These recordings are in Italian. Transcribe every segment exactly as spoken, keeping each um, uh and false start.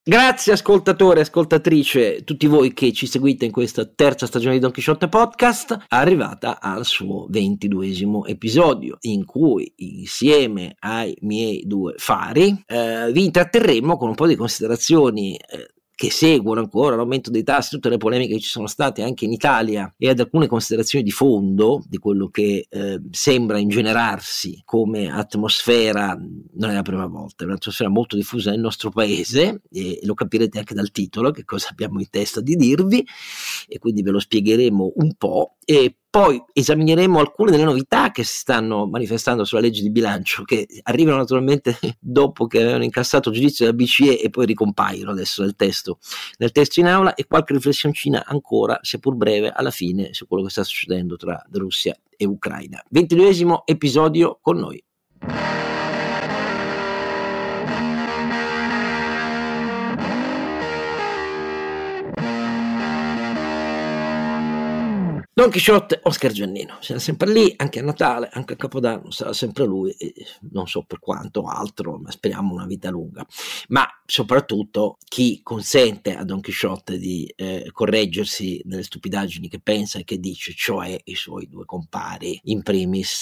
Grazie ascoltatore, ascoltatrice, tutti voi che ci seguite in questa terza stagione di Don Chisciotte Podcast, arrivata al suo ventiduesimo episodio, in cui insieme ai miei due fari eh, vi intratterremo con un po' di considerazioni eh, che seguono ancora l'aumento dei tassi, tutte le polemiche che ci sono state anche in Italia, e ad alcune considerazioni di fondo di quello che eh, sembra ingenerarsi come atmosfera. Non è la prima volta, è un'atmosfera molto diffusa nel nostro paese e lo capirete anche dal titolo che cosa abbiamo in testa di dirvi, e quindi ve lo spiegheremo un po'. E poi esamineremo alcune delle novità che si stanno manifestando sulla legge di bilancio, che arrivano naturalmente dopo che avevano incassato il giudizio della B C E e poi ricompaiono adesso nel testo, nel testo in aula, e qualche riflessioncina ancora, seppur breve, alla fine su quello che sta succedendo tra Russia e Ucraina. ventiduesimo episodio con noi. Don Chisciotte, Oscar Giannino, sarà sempre lì, anche a Natale, anche a Capodanno sarà sempre lui, e non so per quanto altro, ma speriamo una vita lunga. Ma soprattutto chi consente a Don Chisciotte di eh, correggersi nelle stupidaggini che pensa e che dice, cioè i suoi due compari, in primis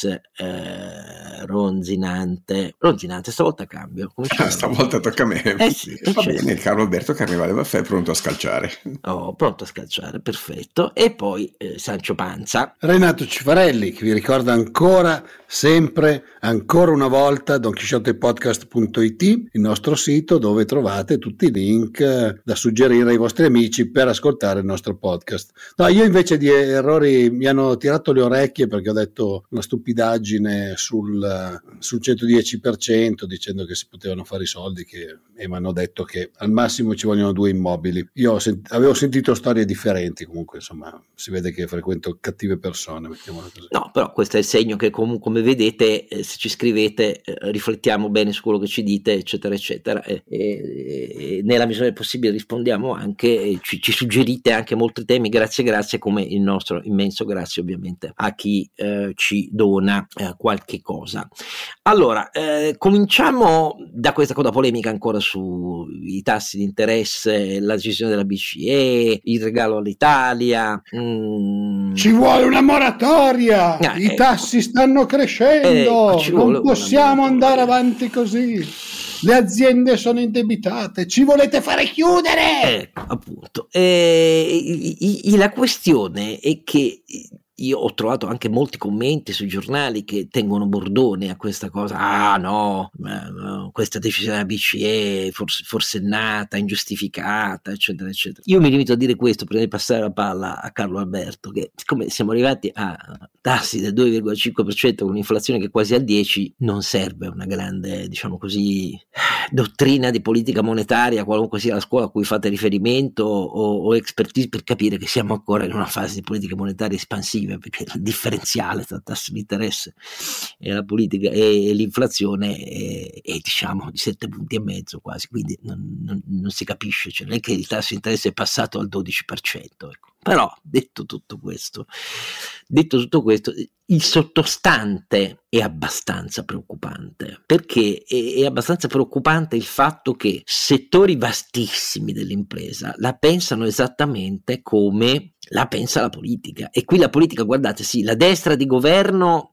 eh, Ronzinante, Ronzinante, stavolta cambio. Ah, stavolta tocca a me. Eh sì, Va certo. bene, Carlo Alberto Carnevale Vaffè, pronto a scalciare. Oh, pronto a scalciare, perfetto. E poi eh, Sancio Panza, Renato Cifarelli, che vi ricorda ancora, sempre, ancora una volta don chisciotte podcast punto it, il nostro sito dove trovate tutti i link da suggerire ai vostri amici per ascoltare il nostro podcast. No, io invece di errori mi hanno tirato le orecchie perché ho detto una stupidaggine sul, sul centodieci per cento dicendo che si potevano fare i soldi che, e mi hanno detto che al massimo ci vogliono due immobili. Io ho sent- avevo sentito storie differenti, comunque insomma si vede che frequento cattive persone, mettiamola così. No, però questo è il segno che comunque, come vedete, eh, se ci scrivete eh, riflettiamo bene su quello che ci dite, eccetera eccetera, e, e, e nella misura del possibile rispondiamo anche, e ci, ci suggerite anche molti temi. Grazie, grazie, come il nostro immenso grazie ovviamente a chi eh, ci dona eh, qualche cosa. Allora, eh, cominciamo da questa cosa polemica ancora sui tassi di interesse, la decisione della B C E, il regalo all'Italia. Mm, Ci vuole una moratoria, Ah, i ecco. tassi stanno crescendo, Ecco, ci vuole non una possiamo moratoria. andare avanti così, le aziende sono indebitate, ci volete fare chiudere? Ecco, appunto. Eh, i- i- la questione è che io ho trovato anche molti commenti sui giornali che tengono bordone a questa cosa. Ah no, ma, no, questa decisione della B C E forse forsennata, ingiustificata, eccetera eccetera. Io mi limito a dire questo prima di passare la palla a Carlo Alberto, che siccome siamo arrivati a tassi del due virgola cinque per cento con un'inflazione che è quasi al dieci, non serve una grande, diciamo così, dottrina di politica monetaria, qualunque sia la scuola a cui fate riferimento, o, o expertise, per capire che siamo ancora in una fase di politica monetaria espansiva, perché il differenziale tra tassi di interesse e la politica e l'inflazione è, è diciamo di sette punti e mezzo quasi, quindi non, non, non si capisce, cioè non è che il tasso di interesse è passato al dodici per cento, ecco. Però detto tutto questo, detto tutto questo, il sottostante è abbastanza preoccupante, perché è, è abbastanza preoccupante il fatto che settori vastissimi dell'impresa la pensano esattamente come la pensa la politica. E qui la politica, guardate, sì, la destra di governo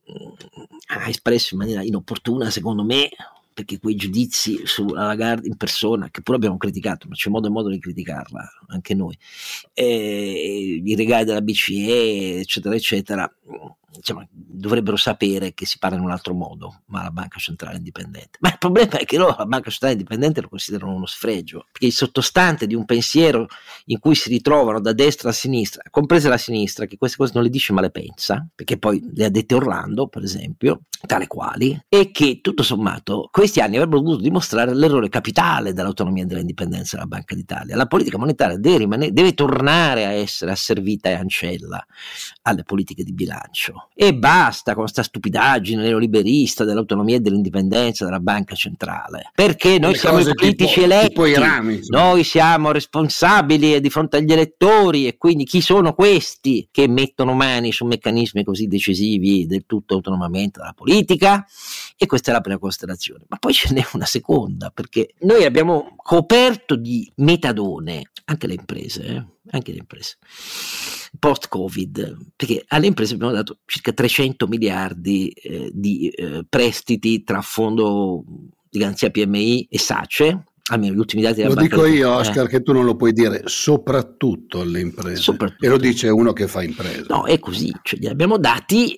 ha espresso in maniera inopportuna, secondo me, perché quei giudizi sulla Lagarde in persona, che pure abbiamo criticato, ma c'è modo e modo di criticarla anche noi, e i regali della B C E, eccetera eccetera, diciamo, dovrebbero sapere che si parla in un altro modo, ma la Banca Centrale Indipendente. Ma il problema è che loro la Banca Centrale Indipendente lo considerano uno sfregio, perché il sottostante di un pensiero in cui si ritrovano da destra a sinistra, compresa la sinistra, che queste cose non le dice ma le pensa, perché poi le ha dette Orlando, per esempio, tale quali, e che tutto sommato questi anni avrebbero dovuto dimostrare l'errore capitale dell'autonomia e dell'indipendenza della Banca d'Italia. La politica monetaria deve, rimanere, deve tornare a essere asservita e ancella alle politiche di bilancio. no, e basta con sta stupidaggine neoliberista dell'autonomia e dell'indipendenza della banca centrale, perché noi Le siamo i cose politici tipo- eletti, tipo i rami, insomma. noi siamo responsabili di fronte agli elettori, e quindi chi sono questi che mettono mani su meccanismi così decisivi del tutto autonomamente dalla politica? E questa è la prima considerazione. Ma poi ce n'è una seconda, perché noi abbiamo coperto di metadone anche le imprese, eh? anche le imprese post-Covid, perché alle imprese abbiamo dato circa trecento miliardi eh, di eh, prestiti tra fondo di garanzia P M I e SACE, almeno gli ultimi dati della Lo banca dico del- io, Oscar, eh. che tu non lo puoi dire, soprattutto alle imprese. Soprattutto. E lo dice uno che fa imprese. No, è così, cioè li abbiamo dati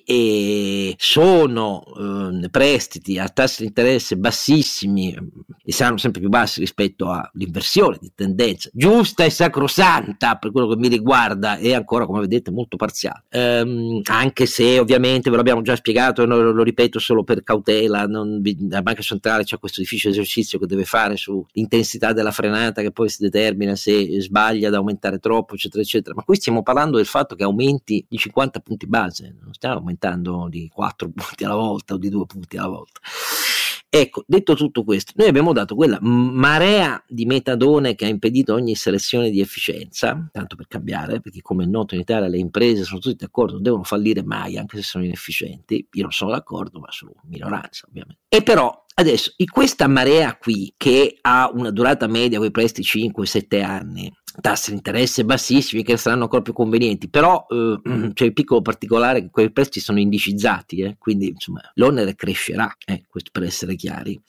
e sono eh, prestiti a tassi di interesse bassissimi e saranno sempre più bassi rispetto all'inversione di tendenza giusta e sacrosanta per quello che mi riguarda, e ancora, come vedete, molto parziale, ehm, anche se ovviamente ve l'abbiamo già spiegato e noi lo, lo ripeto solo per cautela, non vi- la banca centrale c'ha questo difficile esercizio che deve fare sull'intensità della frenata che poi si determina se sbaglia ad aumentare troppo, eccetera eccetera, ma qui stiamo parlando del fatto che aumenti di cinquanta punti base, non stiamo aumentando di quattro punti alla volta o di due punti alla volta. Ecco, detto tutto questo, noi abbiamo dato quella marea di metadone che ha impedito ogni selezione di efficienza, tanto per cambiare, perché come è noto in Italia le imprese sono tutte d'accordo, non devono fallire mai anche se sono inefficienti. Io non sono d'accordo, ma sono minoranza ovviamente. E però adesso in questa marea qui, che ha una durata media con i prestiti cinque sette anni, tassi di interesse bassissimi che saranno ancora più convenienti, però eh, c'è il piccolo particolare che quei prestiti sono indicizzati, eh, quindi insomma l'onere crescerà, eh, questo per essere chiari.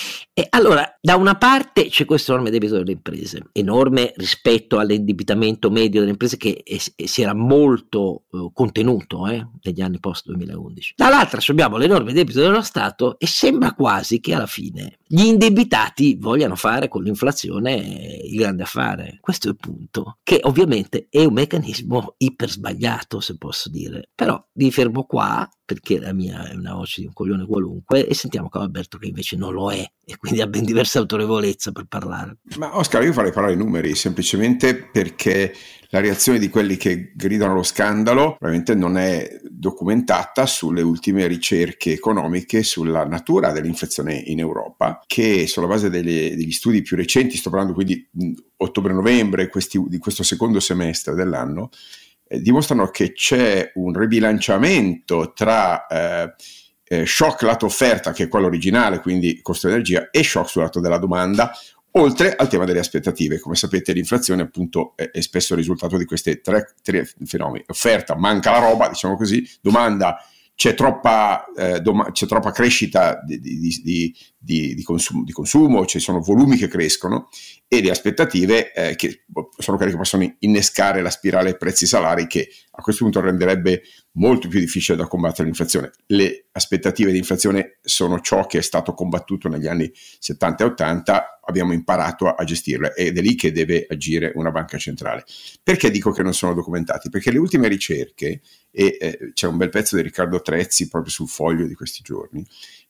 E allora da una parte c'è questo enorme debito delle imprese, enorme rispetto all'indebitamento medio delle imprese che è, è, si era molto eh, contenuto eh, negli anni post duemilaundici. Dall'altra abbiamo l'enorme debito dello Stato e sembra quasi che alla fine gli indebitati vogliano fare con l'inflazione il grande affare. Questo è il punto, che ovviamente è un meccanismo iper sbagliato, se posso dire, però mi fermo qua perché la mia è una voce di un coglione qualunque e sentiamo Alberto che invece non lo è e quindi ha ben diversa autorevolezza per parlare. Ma Oscar, io farei parlare i numeri semplicemente perché la reazione di quelli che gridano lo scandalo probabilmente non è documentata sulle ultime ricerche economiche sulla natura dell'inflazione in Europa, che sulla base delle, degli studi più recenti, sto parlando quindi ottobre-novembre di questo secondo semestre dell'anno, eh, dimostrano che c'è un ribilanciamento tra eh, eh, shock lato offerta, che è quello originale, quindi costo di energia, e shock sul lato della domanda, oltre al tema delle aspettative. Come sapete, l'inflazione appunto è, è spesso il risultato di questi tre, tre fenomeni: offerta, manca la roba, diciamo così; domanda, c'è troppa, eh, dom- c'è troppa crescita di, di, di, di, di, consumo, di consumo, ci sono volumi che crescono, e le aspettative eh, che sono quelle che possono innescare la spirale prezzi-salari, che a questo punto renderebbe molto più difficile da combattere l'inflazione. Le aspettative di inflazione sono ciò che è stato combattuto negli anni settanta e ottanta, abbiamo imparato a, a gestirle, ed è lì che deve agire una banca centrale. Perché dico che non sono documentati? Perché le ultime ricerche, e eh, c'è un bel pezzo di Riccardo Trezzi proprio sul Foglio di questi giorni,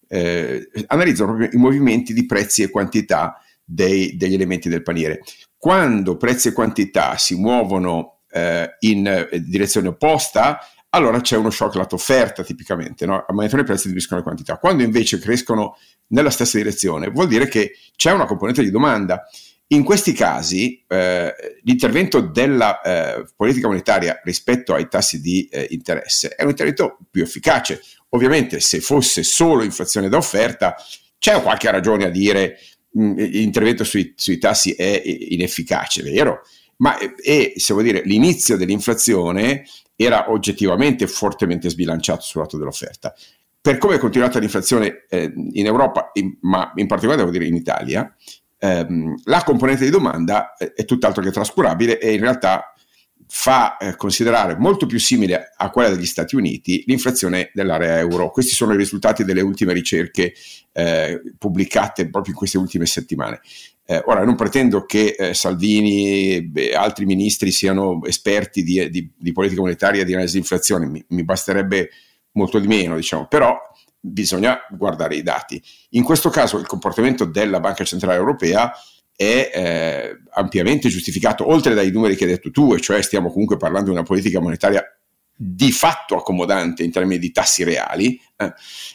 eh, analizzano proprio i movimenti di prezzi e quantità dei, degli elementi del paniere. Quando prezzi e quantità si muovono eh, in eh, direzione opposta, allora c'è uno shock lato offerta tipicamente, no? Aumentano i prezzi e diminuiscono le quantità. Quando invece crescono nella stessa direzione, vuol dire che c'è una componente di domanda. In questi casi eh, l'intervento della eh, politica monetaria rispetto ai tassi di eh, interesse è un intervento più efficace. Ovviamente, se fosse solo inflazione da offerta, c'è qualche ragione a dire mh, l'intervento sui, sui tassi è inefficace, vero? Ma è, se vuol dire, l'inizio dell'inflazione era oggettivamente fortemente sbilanciato sul lato dell'offerta. Per come è continuata l'inflazione eh, in Europa, in, ma in particolare devo dire in Italia, ehm, la componente di domanda è, è tutt'altro che trascurabile, e in realtà fa eh, considerare molto più simile a quella degli Stati Uniti l'inflazione dell'area euro. Questi sono i risultati delle ultime ricerche eh, pubblicate proprio in queste ultime settimane. Eh, ora, non pretendo che eh, Salvini e altri ministri siano esperti di, di, di politica monetaria e di analisi di inflazione, mi, mi basterebbe molto di meno, diciamo, però bisogna guardare i dati. In questo caso il comportamento della Banca Centrale Europea è eh, ampiamente giustificato, oltre dai numeri che hai detto tu, e cioè stiamo comunque parlando di una politica monetaria di fatto accomodante in termini di tassi reali, eh,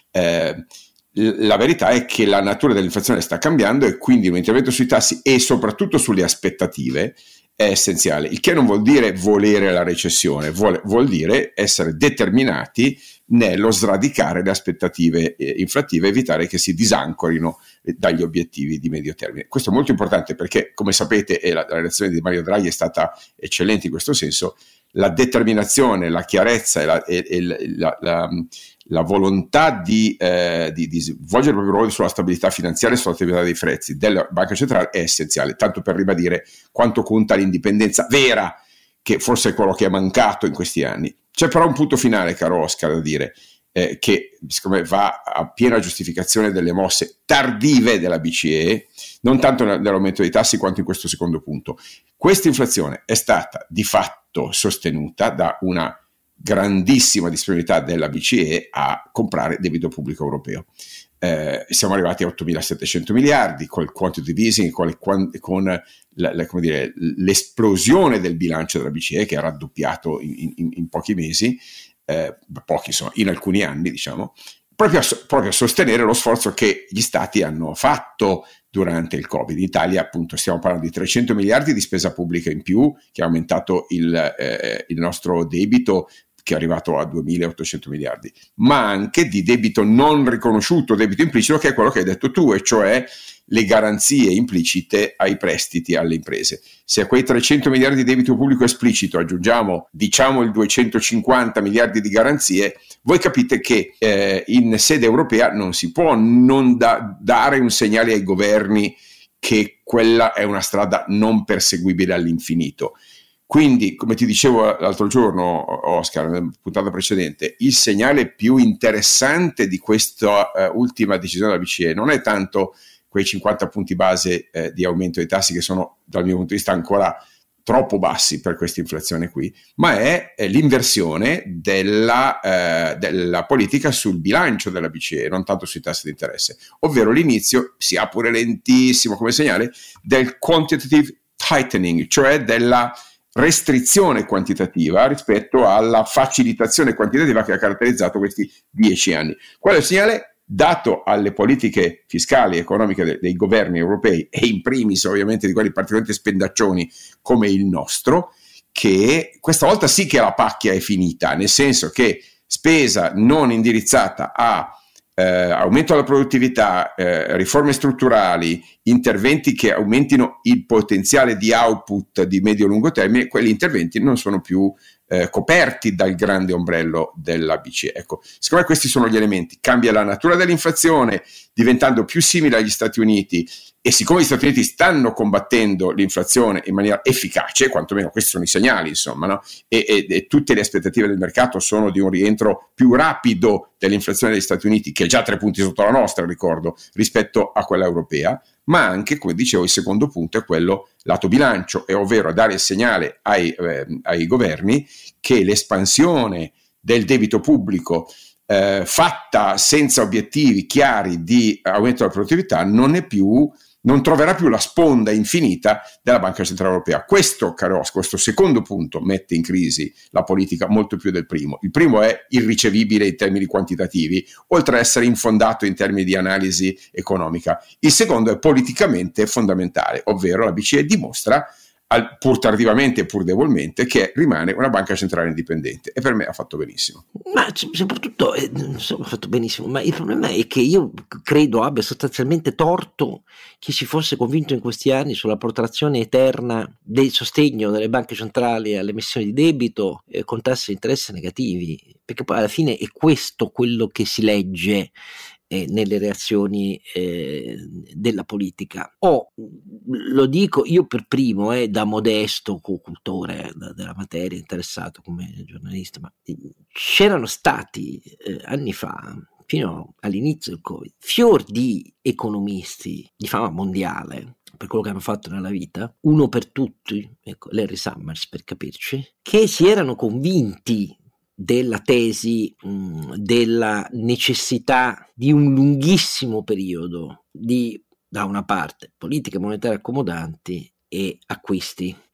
eh, la verità è che la natura dell'inflazione sta cambiando e quindi un intervento sui tassi e soprattutto sulle aspettative è essenziale, il che non vuol dire volere la recessione, vuol, vuol dire essere determinati nello sradicare le aspettative eh, inflattive, evitare che si disancorino eh, dagli obiettivi di medio termine. Questo è molto importante perché, come sapete, e la, la relazione di Mario Draghi è stata eccellente in questo senso, la determinazione, la chiarezza e la, e, e la, la, la volontà di, eh, di, di svolgere il proprio ruolo sulla stabilità finanziaria e sulla stabilità dei prezzi della Banca Centrale è essenziale, tanto per ribadire quanto conta l'indipendenza vera, che forse è quello che è mancato in questi anni. C'è però un punto finale, caro Oscar, da dire, eh, che secondo me va a piena giustificazione delle mosse tardive della B C E, non tanto nell'aumento dei tassi quanto in questo secondo punto. Questa inflazione è stata di fatto sostenuta da una grandissima disponibilità della B C E a comprare debito pubblico europeo. Eh, siamo arrivati a ottomilasettecento miliardi col quantitative easing, con, le, con la, la, come dire, l'esplosione del bilancio della B C E che ha raddoppiato in, in, in pochi mesi, eh, pochi sono, in alcuni anni diciamo, proprio a, proprio a sostenere lo sforzo che gli stati hanno fatto durante il Covid. In Italia appunto stiamo parlando di trecento miliardi di spesa pubblica in più, che ha aumentato il, eh, il nostro debito, che è arrivato a duemilaottocento miliardi, ma anche di debito non riconosciuto, debito implicito, che è quello che hai detto tu, e cioè le garanzie implicite ai prestiti alle imprese. Se a quei trecento miliardi di debito pubblico esplicito aggiungiamo, diciamo, il duecentocinquanta miliardi di garanzie, voi capite che eh, in sede europea non si può non da- dare un segnale ai governi che quella è una strada non perseguibile all'infinito. Quindi, come ti dicevo l'altro giorno, Oscar, nella puntata precedente, il segnale più interessante di questa uh, ultima decisione della B C E non è tanto quei cinquanta punti base eh, di aumento dei tassi, che sono dal mio punto di vista ancora troppo bassi per questa inflazione qui, ma è, è l'inversione della, eh, della politica sul bilancio della B C E, non tanto sui tassi di interesse, ovvero l'inizio, sia pure lentissimo come segnale, del quantitative tightening, cioè della restrizione quantitativa rispetto alla facilitazione quantitativa che ha caratterizzato questi dieci anni. Qual è il segnale? Dato alle politiche fiscali e economiche de- dei governi europei, e in primis ovviamente di quelli particolarmente spendaccioni come il nostro, che questa volta sì che la pacchia è finita, nel senso che spesa non indirizzata a eh, aumento della produttività, eh, riforme strutturali, interventi che aumentino il potenziale di output di medio-lungo termine, quegli interventi non sono più eh, coperti dal grande ombrello della B C E. Ecco, secondo me questi sono gli elementi. Cambia la natura dell'inflazione, diventando più simile agli Stati Uniti, e siccome gli Stati Uniti stanno combattendo l'inflazione in maniera efficace, quantomeno questi sono i segnali, insomma, no? e, e, e tutte le aspettative del mercato sono di un rientro più rapido dell'inflazione degli Stati Uniti, che è già tre punti sotto la nostra, ricordo, rispetto a quella europea, ma anche, come dicevo, il secondo punto è quello lato bilancio, e ovvero dare il segnale ai, eh, ai governi che l'espansione del debito pubblico eh, fatta senza obiettivi chiari di aumento della produttività non è più non troverà più la sponda infinita della Banca Centrale Europea. Questo, caro Oscar, questo secondo punto mette in crisi la politica molto più del primo. Il primo è irricevibile in termini quantitativi, oltre ad essere infondato in termini di analisi economica. Il secondo è politicamente fondamentale, ovvero la B C E dimostra, pur tardivamente e pur debolmente, che rimane una banca centrale indipendente, e per me ha fatto benissimo. Ma soprattutto eh, insomma, ha fatto benissimo, ma il problema è che io credo abbia sostanzialmente torto chi si fosse convinto in questi anni sulla protrazione eterna del sostegno delle banche centrali alle emissioni di debito eh, con tassi di interesse negativi, perché poi alla fine è questo quello che si legge eh, nelle reazioni eh, della politica. O oh, lo dico io per primo, eh, da modesto co-cultore da, della materia, interessato come giornalista, ma c'erano stati eh, anni fa, fino all'inizio del Covid, fior di economisti di fama mondiale per quello che hanno fatto nella vita, uno per tutti, ecco, Larry Summers per capirci, che si erano convinti della tesi mh, della necessità di un lunghissimo periodo di, da una parte, politiche monetarie accomodanti e acquisti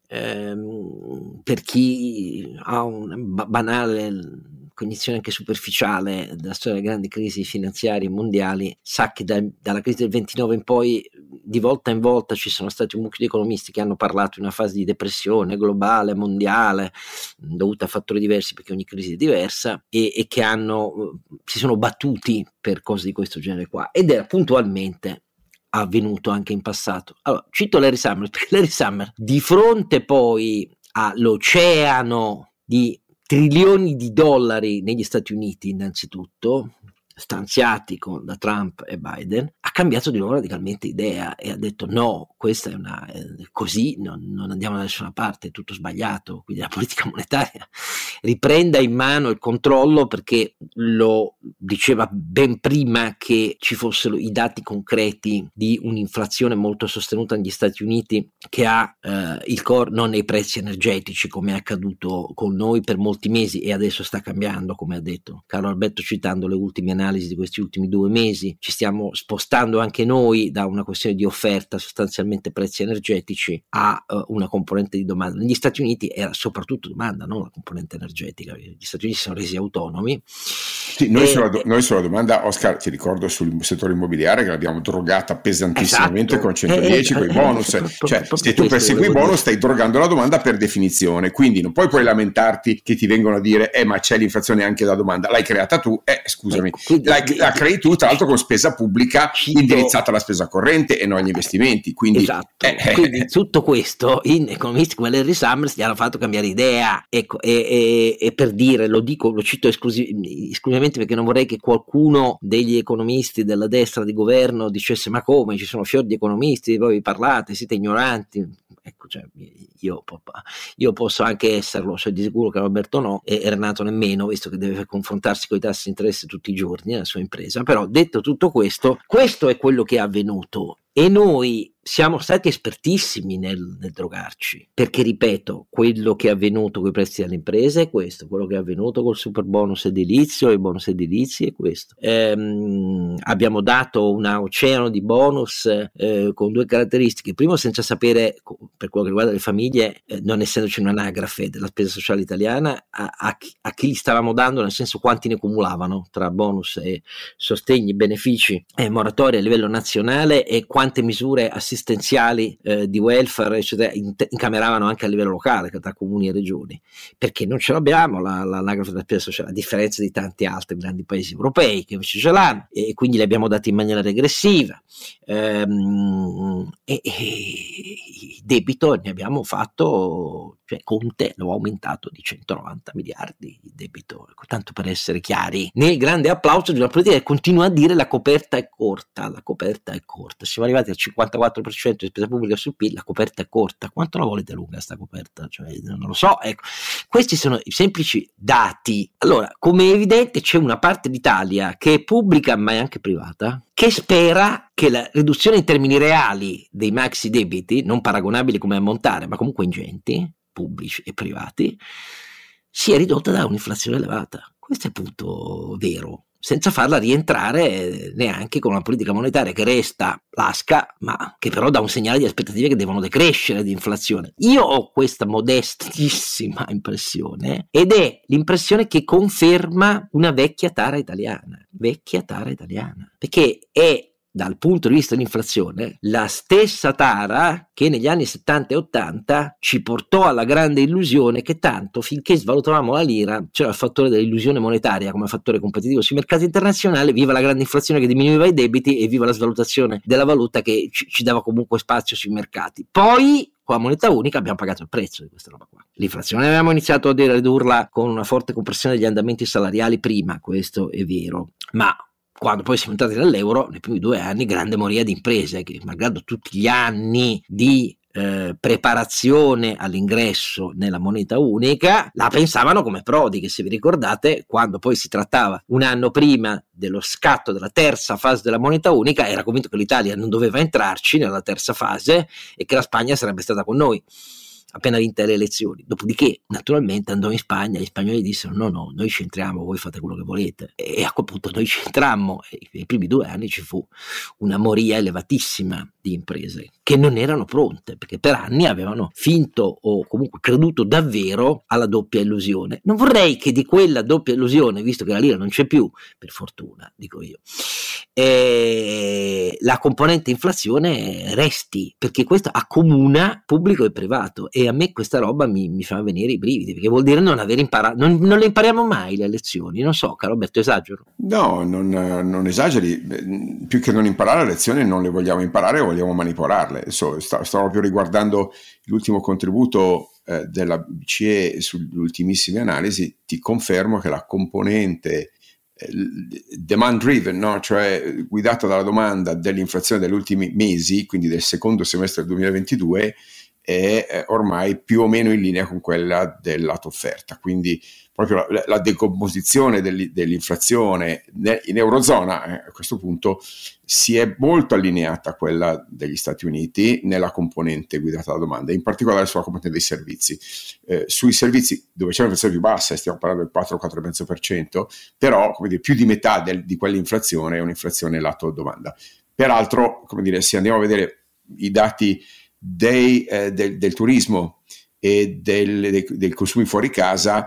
ehm, per chi ha una banale cognizione anche superficiale della storia delle grandi crisi finanziarie mondiali, sa che da, dalla crisi del ventinove in poi di volta in volta ci sono stati un mucchio di economisti che hanno parlato di una fase di depressione globale, mondiale, dovuta a fattori diversi perché ogni crisi è diversa, e, e che hanno si sono battuti per cose di questo genere qua, ed era puntualmente avvenuto anche in passato. Allora, cito Larry Summers perché Larry Summers, di fronte poi all'oceano di trilioni di dollari negli Stati Uniti innanzitutto, stanziati con, da Trump e Biden, ha cambiato di nuovo radicalmente idea e ha detto no, questa è una eh, così non, non andiamo da nessuna parte, è tutto sbagliato, quindi la politica monetaria riprenda in mano il controllo, perché lo diceva ben prima che ci fossero i dati concreti di un'inflazione molto sostenuta negli Stati Uniti che ha eh, il core non nei prezzi energetici come è accaduto con noi per molti mesi e adesso sta cambiando, come ha detto Carlo Alberto citando le ultime analisi di questi ultimi due mesi. Ci stiamo spostando anche noi da una questione di offerta, sostanzialmente prezzi energetici, a uh, una componente di domanda. Negli Stati Uniti era soprattutto domanda, non la componente energetica. Gli Stati Uniti si sono resi autonomi. Sì, noi, e, sulla do- noi sulla domanda, Oscar, ti ricordo sul settore immobiliare che l'abbiamo drogata pesantissimamente, esatto, con centodieci, eh, con i bonus. Eh, cioè, se tu persegui i bonus stai drogando la domanda per definizione, quindi non puoi poi lamentarti che ti vengono a dire eh ma c'è l'inflazione anche da domanda, l'hai creata tu, eh scusami, ecco, quindi, la, la crei tu tra l'altro con spesa pubblica cito, indirizzata alla spesa corrente e non agli investimenti, quindi, esatto, eh, quindi tutto questo in economisti come Larry Summers gli hanno fatto cambiare idea, ecco, e, e, e per dire, lo dico, lo cito esclusi- esclusivamente perché non vorrei che qualcuno degli economisti della destra di governo dicesse ma come, ci sono fior di economisti, voi vi parlate, siete ignoranti. Ecco, cioè, io, io posso anche esserlo, cioè di sicuro che Roberto no, e Renato nemmeno, visto che deve confrontarsi con i tassi di interesse tutti i giorni nella sua impresa. Però detto tutto questo, questo è quello che è avvenuto e noi siamo stati espertissimi nel, nel drogarci, perché ripeto, quello che è avvenuto con i prestiti alle imprese è questo, quello che è avvenuto col super bonus edilizio e i bonus edilizi è questo. Ehm, abbiamo dato un oceano di bonus eh, con due caratteristiche: primo, senza sapere, per quello che riguarda le famiglie, eh, non essendoci un'anagrafe della spesa sociale italiana, a, a, chi, a chi li stavamo dando, nel senso quanti ne cumulavano tra bonus e sostegni, benefici e moratorie a livello nazionale, e quante misure assistenziali assistenziali eh, di welfare eccetera incameravano anche a livello locale tra comuni e regioni, perché non ce l'abbiamo la, l'anagrafe della spesa sociale, a differenza di tanti altri grandi paesi europei che invece ce l'hanno, e quindi li abbiamo dati in maniera regressiva. Ehm, e, e il debito ne abbiamo fatto, cioè Conte lo ha aumentato di centonovanta miliardi il debito, tanto per essere chiari, nel grande applauso di una politica che continua a dire la coperta è corta, la coperta è corta, siamo arrivati al cinquantaquattro per cento di spesa pubblica sul P I L, la coperta è corta, quanto la volete lunga sta coperta? Cioè, non lo so, ecco, questi sono i semplici dati. Allora, come è evidente, c'è una parte d'Italia che è pubblica ma è anche privata, che spera che la riduzione in termini reali dei maxi debiti, non paragonabili come ammontare, ma comunque ingenti, pubblici e privati, sia ridotta da un'inflazione elevata. Questo è punto vero, senza farla rientrare neanche con una politica monetaria che resta lasca, ma che però dà un segnale di aspettative che devono decrescere di inflazione. Io ho questa modestissima impressione, ed è l'impressione che conferma una vecchia tara italiana, vecchia tara italiana, perché è, dal punto di vista dell'inflazione, la stessa tara che negli anni settanta e ottanta ci portò alla grande illusione che tanto finché svalutavamo la lira c'era il fattore dell'illusione monetaria come fattore competitivo sui mercati internazionali, viva la grande inflazione che diminuiva i debiti e viva la svalutazione della valuta che ci, ci dava comunque spazio sui mercati. Poi con la moneta unica abbiamo pagato il prezzo di questa roba qua. L'inflazione avevamo iniziato a ridurla con una forte compressione degli andamenti salariali prima, questo è vero, ma quando poi siamo entrati nell'euro, nei primi due anni, grande moria di imprese che, malgrado tutti gli anni di eh, preparazione all'ingresso nella moneta unica, la pensavano come Prodi, che se vi ricordate, quando poi si trattava un anno prima dello scatto della terza fase della moneta unica, era convinto che l'Italia non doveva entrarci nella terza fase e che la Spagna sarebbe stata con noi. appena vinte le elezioni. Dopodiché, naturalmente, andò in Spagna, gli spagnoli dissero no, no, noi ci entriamo, voi fate quello che volete. E a quel punto noi ci entrammo, e nei primi due anni ci fu una moria elevatissima di imprese che non erano pronte, perché per anni avevano finto o comunque creduto davvero alla doppia illusione. Non vorrei che di quella doppia illusione, visto che la lira non c'è più, per fortuna, dico io, eh, la componente inflazione resti, perché questo accomuna pubblico e privato, e a me questa roba mi, mi fa venire i brividi, perché vuol dire non aver imparato, non, non le impariamo mai le lezioni. Non so, caro Roberto, esagero? No, non, non esageri, più che non imparare le lezioni non le vogliamo imparare, vogliamo manipolarle. Adesso sto, sto proprio riguardando l'ultimo contributo eh, della B C E sulle ultimissime analisi. Ti confermo che la componente eh, demand driven, no? Cioè guidata dalla domanda dell'inflazione degli ultimi mesi, quindi del secondo semestre del duemilaventidue, è eh, ormai più o meno in linea con quella del lato offerta. Quindi proprio la, la decomposizione dell, dell'inflazione in Eurozona eh, a questo punto si è molto allineata a quella degli Stati Uniti nella componente guidata dalla domanda, in particolare sulla componente dei servizi. Eh, sui servizi dove c'è un'inflazione più bassa, stiamo parlando del quattro quattro virgola cinque per cento, però come dire, più di metà del, di quell'inflazione è un'inflazione lato domanda. Peraltro, come dire, se andiamo a vedere i dati dei, eh, del, del turismo e del, dei, dei consumi fuori casa,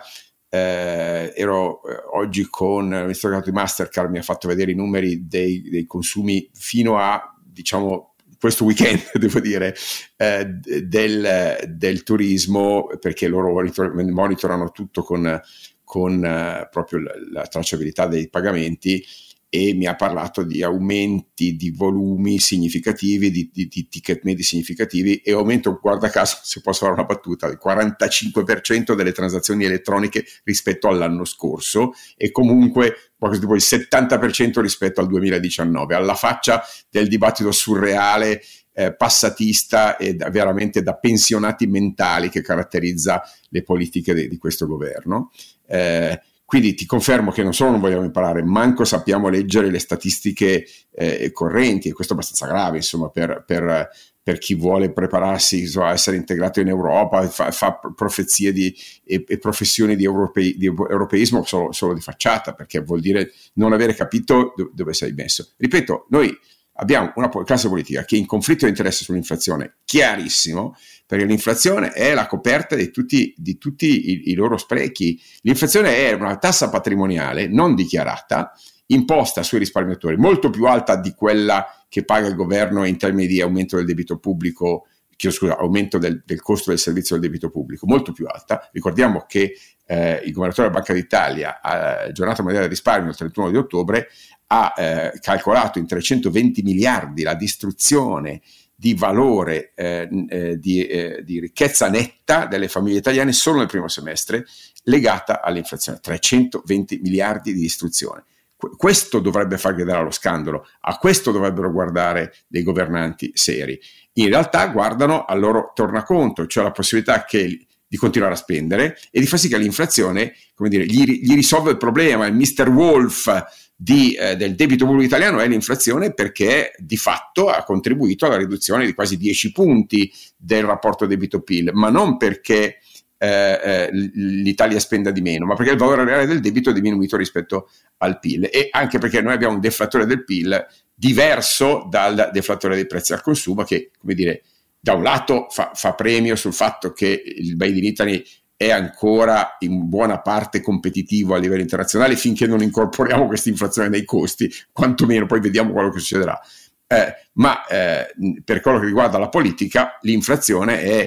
Eh, ero eh, oggi con l'amministratore di Mastercard, mi ha fatto vedere i numeri dei, dei consumi fino a, diciamo, questo weekend, devo dire, eh, del, del turismo, perché loro monitor- monitorano tutto con, con eh, proprio la, la tracciabilità dei pagamenti, e mi ha parlato di aumenti di volumi significativi, di, di, di ticket medi significativi, e aumento, guarda caso, se posso fare una battuta, del quarantacinque per cento delle transazioni elettroniche rispetto all'anno scorso, e comunque tipo il settanta per cento rispetto al duemiladiciannove, alla faccia del dibattito surreale, eh, passatista e da, veramente da pensionati mentali che caratterizza le politiche de, di questo governo. Eh, Quindi ti confermo che non solo non vogliamo imparare, manco sappiamo leggere le statistiche eh, correnti, e questo è abbastanza grave, insomma, per, per, per chi vuole prepararsi, insomma, a essere integrato in Europa, fa, fa profezie di, e, e professioni di, europei, di europeismo solo, solo di facciata, perché vuol dire non avere capito do, dove sei messo. Ripeto, noi abbiamo una classe politica che è in conflitto di interesse sull'inflazione chiarissimo, perché l'inflazione è la coperta di tutti, di tutti i, i loro sprechi. L'inflazione è una tassa patrimoniale non dichiarata, imposta sui risparmiatori, molto più alta di quella che paga il governo in termini di aumento del debito pubblico, chiedo scusa, aumento del, del costo del servizio del debito pubblico, molto più alta. Ricordiamo che eh, il governatore della Banca d'Italia, a giornata mondiale del risparmio, il trentuno di ottobre, ha eh, calcolato in trecentoventi miliardi la distruzione di valore, eh, eh, di, eh, di ricchezza netta delle famiglie italiane solo nel primo semestre, legata all'inflazione. trecentoventi miliardi di distruzione. Qu- questo dovrebbe far gridare allo scandalo, a questo dovrebbero guardare dei governanti seri. In realtà guardano al loro tornaconto, cioè la possibilità che di continuare a spendere e di far sì che l'inflazione, come dire, gli, gli risolve il problema. Il mister Wolf di, eh, del debito pubblico italiano è l'inflazione, perché di fatto ha contribuito alla riduzione di quasi dieci punti del rapporto debito-P I L, ma non perché eh, eh, l'Italia spenda di meno, ma perché il valore reale del debito è diminuito rispetto al P I L, e anche perché noi abbiamo un deflattore del P I L diverso dal deflattore dei prezzi al consumo, che, come dire, da un lato fa, fa premio sul fatto che il Made in Italy è ancora in buona parte competitivo a livello internazionale finché non incorporiamo questa inflazione nei costi, quantomeno, poi vediamo quello che succederà. Eh, ma eh, per quello che riguarda la politica, l'inflazione è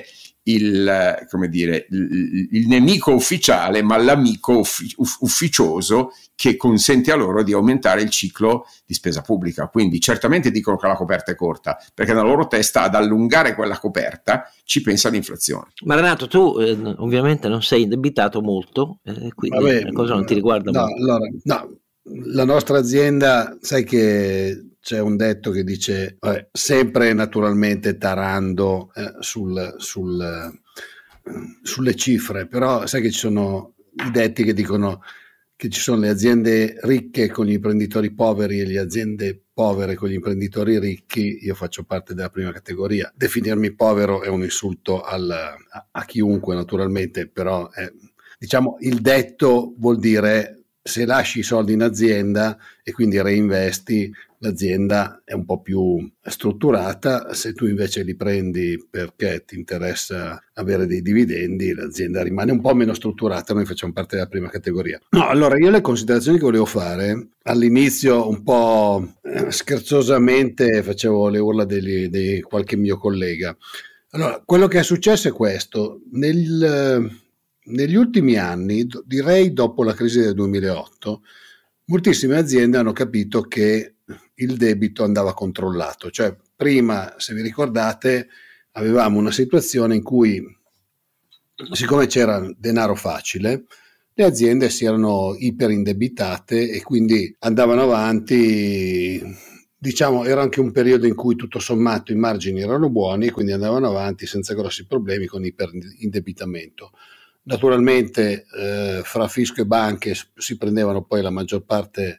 il, come dire, il, il nemico ufficiale, ma l'amico uffi, ufficioso, che consente a loro di aumentare il ciclo di spesa pubblica. Quindi certamente dicono che la coperta è corta, perché nella loro testa ad allungare quella coperta ci pensa l'inflazione. Ma Renato, tu eh, ovviamente non sei indebitato molto, eh, quindi Vabbè, la cosa non ti riguarda no, molto. Allora, no, la nostra azienda, sai che c'è un detto che dice, vabbè, sempre naturalmente tarando eh, sul, sul, eh, sulle cifre, però sai che ci sono i detti che dicono che ci sono le aziende ricche con gli imprenditori poveri e le aziende povere con gli imprenditori ricchi, io faccio parte della prima categoria. Definirmi povero è un insulto al, a, a chiunque naturalmente, però è, diciamo, il detto vuol dire se lasci i soldi in azienda e quindi reinvesti, l'azienda è un po' più strutturata. Se tu invece li prendi perché ti interessa avere dei dividendi, l'azienda rimane un po' meno strutturata. Noi facciamo parte della prima categoria. No, allora io le considerazioni che volevo fare all'inizio, un po' scherzosamente facevo le urla di qualche mio collega. Allora, quello che è successo è questo: nel Negli ultimi anni, direi dopo la crisi del duemilaotto, moltissime aziende hanno capito che il debito andava controllato. Cioè, prima, se vi ricordate, avevamo una situazione in cui, siccome c'era denaro facile, le aziende si erano iperindebitate e quindi andavano avanti. Diciamo, era anche un periodo in cui tutto sommato i margini erano buoni e quindi andavano avanti senza grossi problemi con iperindebitamento. Naturalmente eh, fra fisco e banche si prendevano poi la maggior parte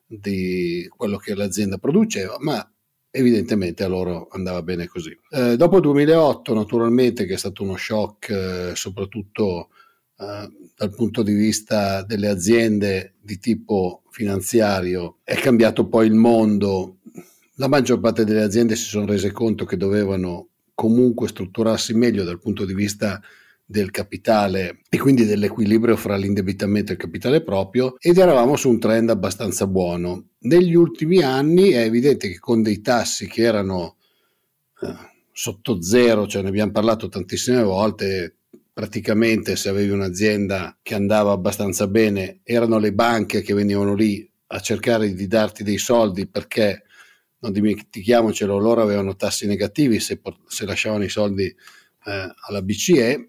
di quello che l'azienda produceva, ma evidentemente a loro andava bene così. Eh, dopo il duemilaotto, naturalmente, che è stato uno shock eh, soprattutto eh, dal punto di vista delle aziende di tipo finanziario, è cambiato poi il mondo. La maggior parte delle aziende si sono rese conto che dovevano comunque strutturarsi meglio dal punto di vista del capitale e quindi dell'equilibrio fra l'indebitamento e il capitale proprio, ed eravamo su un trend abbastanza buono. Negli ultimi anni è evidente che con dei tassi che erano eh, sotto zero, cioè ne abbiamo parlato tantissime volte, praticamente se avevi un'azienda che andava abbastanza bene erano le banche che venivano lì a cercare di darti dei soldi, perché non dimentichiamocelo, loro avevano tassi negativi se, se lasciavano i soldi eh, alla B C E.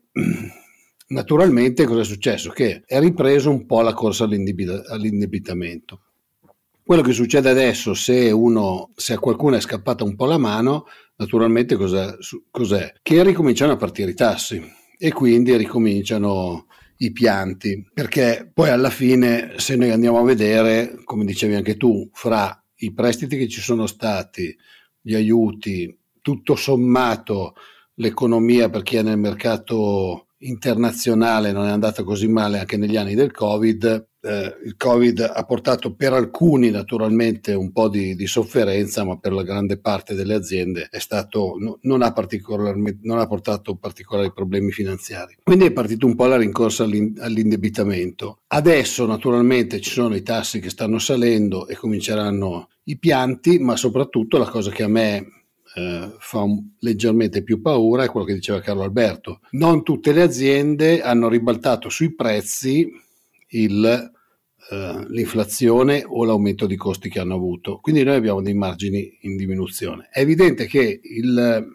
Naturalmente cosa è successo? Che è ripreso un po' la corsa all'indebitamento. Quello che succede adesso, se uno, se a qualcuno è scappata un po' la mano, naturalmente cos'è? cos'è? Che ricominciano a partire i tassi e quindi ricominciano i pianti, perché poi alla fine, se noi andiamo a vedere, come dicevi anche tu, fra i prestiti che ci sono stati, gli aiuti, tutto sommato l'economia per chi è nel mercato internazionale non è andata così male anche negli anni del Covid. Eh, il Covid ha portato per alcuni naturalmente un po' di, di sofferenza, ma per la grande parte delle aziende è stato, no, non, ha particolarmente, non ha portato particolari problemi finanziari. Quindi è partito un po' la rincorsa all'indebitamento. Adesso naturalmente ci sono i tassi che stanno salendo e cominceranno i pianti, ma soprattutto la cosa che a me Uh, fa un, leggermente più paura è quello che diceva Carlo Alberto. Non tutte le aziende hanno ribaltato sui prezzi il, uh, l'inflazione o l'aumento di costi che hanno avuto, quindi noi abbiamo dei margini in diminuzione. È evidente che il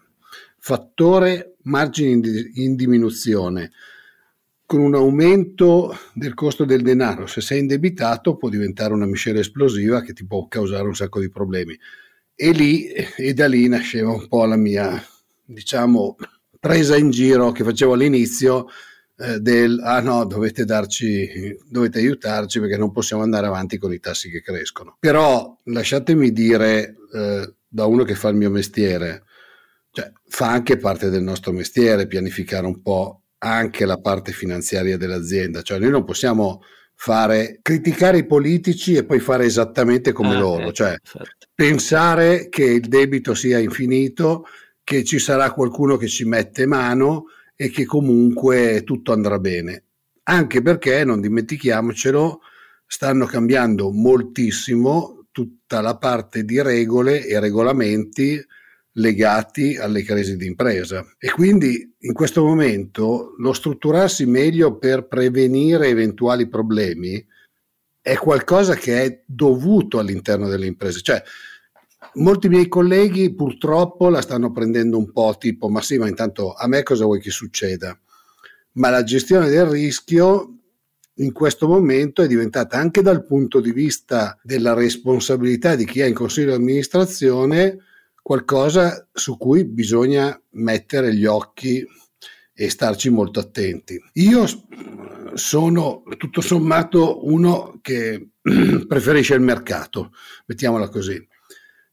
fattore margini in, in diminuzione con un aumento del costo del denaro, se sei indebitato, può diventare una miscela esplosiva che ti può causare un sacco di problemi. E lì, e da lì nasceva un po' la mia, diciamo, presa in giro che facevo all'inizio eh, del, ah no, dovete darci, dovete aiutarci perché non possiamo andare avanti con i tassi che crescono. Però lasciatemi dire, eh, da uno che fa il mio mestiere, cioè fa anche parte del nostro mestiere pianificare un po' anche la parte finanziaria dell'azienda, cioè noi non possiamo fare, criticare i politici e poi fare esattamente come ah, loro, eh, cioè certo. Pensare che il debito sia infinito, che ci sarà qualcuno che ci mette mano e che comunque tutto andrà bene. Anche perché, non dimentichiamocelo, stanno cambiando moltissimo tutta la parte di regole e regolamenti legati alle crisi di impresa, e quindi in questo momento lo strutturarsi meglio per prevenire eventuali problemi è qualcosa che è dovuto all'interno delle imprese. Cioè, molti miei colleghi purtroppo la stanno prendendo un po' tipo, ma sì, ma intanto a me cosa vuoi che succeda? Ma la gestione del rischio in questo momento è diventata, anche dal punto di vista della responsabilità di chi è in consiglio di amministrazione, qualcosa su cui bisogna mettere gli occhi e starci molto attenti. Io sono tutto sommato uno che preferisce il mercato, mettiamola così.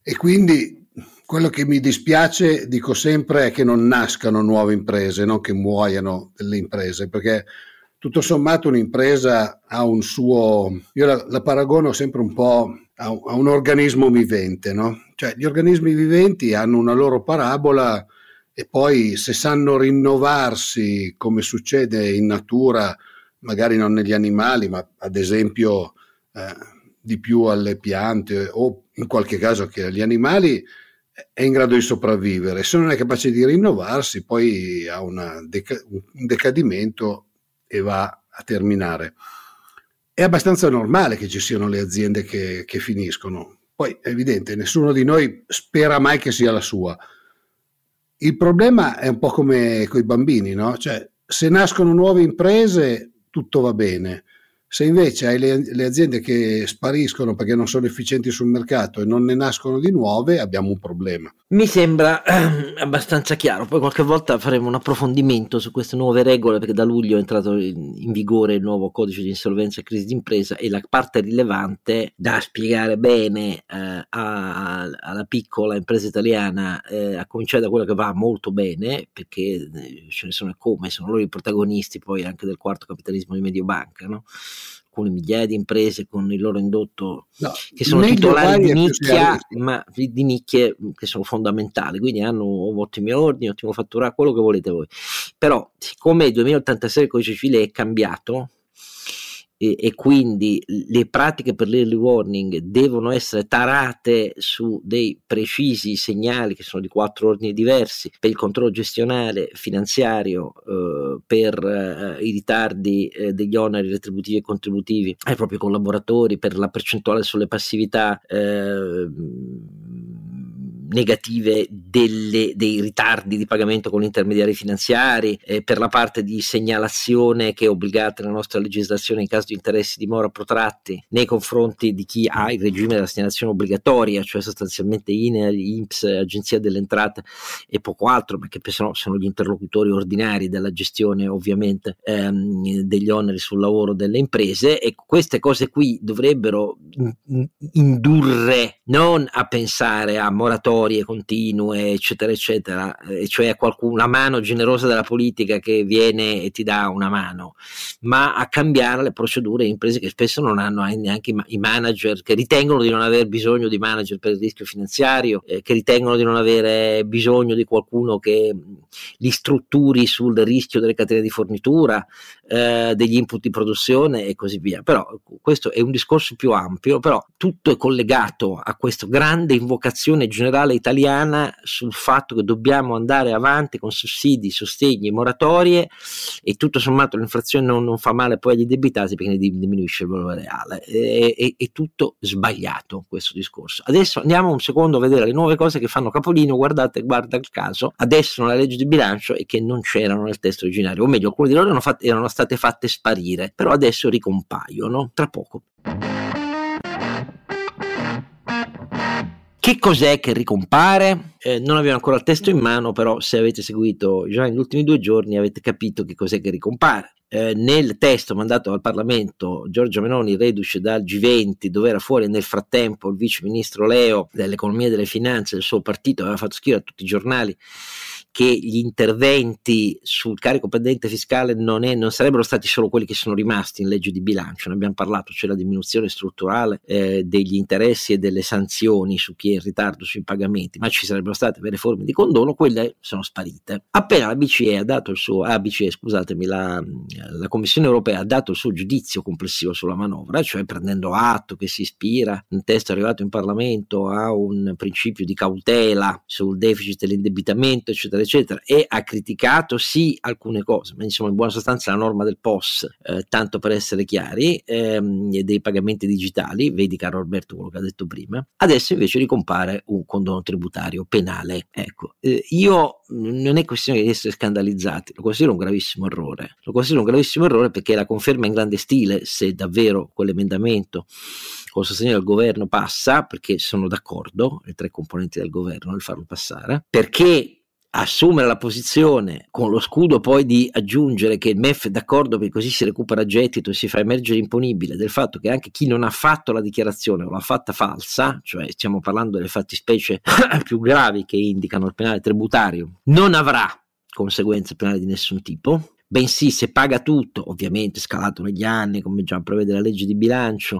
E quindi quello che mi dispiace, dico sempre, è che non nascano nuove imprese, non che muoiano delle imprese, perché tutto sommato un'impresa ha un suo, io la, la paragono sempre un po' a un, a un organismo vivente, no? Cioè gli organismi viventi hanno una loro parabola e poi se sanno rinnovarsi come succede in natura, magari non negli animali, ma ad esempio eh, di più alle piante o in qualche caso anche agli animali, è in grado di sopravvivere. Se non è capace di rinnovarsi, poi ha una deca- un decadimento e va a terminare. È abbastanza normale che ci siano le aziende che, che finiscono. Poi è evidente, nessuno di noi spera mai che sia la sua. Il problema è un po' come con i bambini, no? Cioè, se nascono nuove imprese, tutto va bene. Se invece hai le, le aziende che spariscono perché non sono efficienti sul mercato e non ne nascono di nuove, abbiamo un problema. Mi sembra eh, abbastanza chiaro. Poi qualche volta faremo un approfondimento su queste nuove regole, perché da luglio è entrato in, in vigore il nuovo codice di insolvenza e crisi d'impresa, e la parte rilevante da spiegare bene eh, a, alla piccola impresa italiana, eh, a cominciare da quella che va molto bene, perché eh, ce ne sono come, sono loro i protagonisti poi anche del quarto capitalismo di Mediobanca, no? Alcune migliaia di imprese con il loro indotto, no, che sono titolari di nicchia, ma di nicchie che sono fondamentali, quindi hanno ottimi ordini, ottimo fatturato, quello che volete voi. Però siccome il duemilaottantasei il codice civile è cambiato e, e quindi le pratiche per l'early warning devono essere tarate su dei precisi segnali che sono di quattro ordini diversi, per il controllo gestionale, finanziario, eh, per eh, i ritardi eh, degli oneri retributivi e contributivi ai propri collaboratori, per la percentuale sulle passività eh, negative delle, dei ritardi di pagamento con intermediari finanziari, eh, per la parte di segnalazione che è obbligata nella nostra legislazione in caso di interessi di mora protratti nei confronti di chi ha il regime della segnalazione obbligatoria, cioè sostanzialmente I N E L, I N P S, Agenzia delle Entrate e poco altro, perché sono, sono gli interlocutori ordinari della gestione ovviamente ehm, degli oneri sul lavoro delle imprese, e queste cose qui dovrebbero in, indurre non a pensare a moratorie continue eccetera eccetera, e cioè a qualcuno, una mano generosa della politica che viene e ti dà una mano, ma a cambiare le procedure in imprese che spesso non hanno neanche i manager, che ritengono di non aver bisogno di manager per il rischio finanziario, eh, che ritengono di non avere bisogno di qualcuno che li strutturi sul rischio delle catene di fornitura, eh, degli input di produzione e così via. Però questo è un discorso più ampio, però tutto è collegato a questa grande invocazione generale italiana sul fatto che dobbiamo andare avanti con sussidi, sostegni, moratorie, e tutto sommato l'inflazione non, non fa male poi agli debitati perché ne diminuisce il valore reale. È, è, è tutto sbagliato questo discorso. Adesso andiamo un secondo a vedere le nuove cose che fanno capolino. Guardate, guarda il caso, adesso nella legge di bilancio e che non c'erano nel testo originario, o meglio alcune di loro erano, fatte, erano state fatte sparire, però adesso ricompaiono tra poco. Che cos'è che ricompare? Eh, non abbiamo ancora il testo in mano, però se avete seguito già negli ultimi due giorni avete capito che cos'è che ricompare. Eh, nel testo mandato al Parlamento, Giorgia Meloni, reduce dal G venti, dove era fuori nel frattempo il vice ministro Leo dell'economia e delle finanze del suo partito, aveva fatto scrivere a tutti i giornali che gli interventi sul carico pendente fiscale non, è, non sarebbero stati solo quelli che sono rimasti in legge di bilancio, ne abbiamo parlato, cioè la diminuzione strutturale eh, degli interessi e delle sanzioni su chi è in ritardo sui pagamenti, ma ci sarebbero state vere forme di condono, quelle sono sparite. Appena la B C E ha dato il suo, ah, B C E, scusatemi, la, la Commissione Europea ha dato il suo giudizio complessivo sulla manovra, cioè prendendo atto che si ispira, un testo arrivato in Parlamento, a un principio di cautela sul deficit e l'indebitamento, eccetera, eccetera, e ha criticato sì alcune cose, ma insomma in buona sostanza la norma del P O S, eh, tanto per essere chiari, ehm, dei pagamenti digitali, vedi caro Alberto quello che ha detto prima. Adesso invece ricompare un condono tributario penale. Ecco, eh, io non è questione di essere scandalizzati, lo considero un gravissimo errore, lo considero un gravissimo errore perché la conferma in grande stile se davvero quell'emendamento con il sostegno del governo passa, perché sono d'accordo le tre componenti del governo nel farlo passare, perché assumere la posizione con lo scudo poi di aggiungere che il M E F è d'accordo perché così si recupera gettito e si fa emergere imponibile, del fatto che anche chi non ha fatto la dichiarazione o l'ha fatta falsa, cioè stiamo parlando delle fattispecie più gravi che indicano il penale tributario, non avrà conseguenze penali di nessun tipo, bensì se paga tutto, ovviamente scalato negli anni come già prevede la legge di bilancio,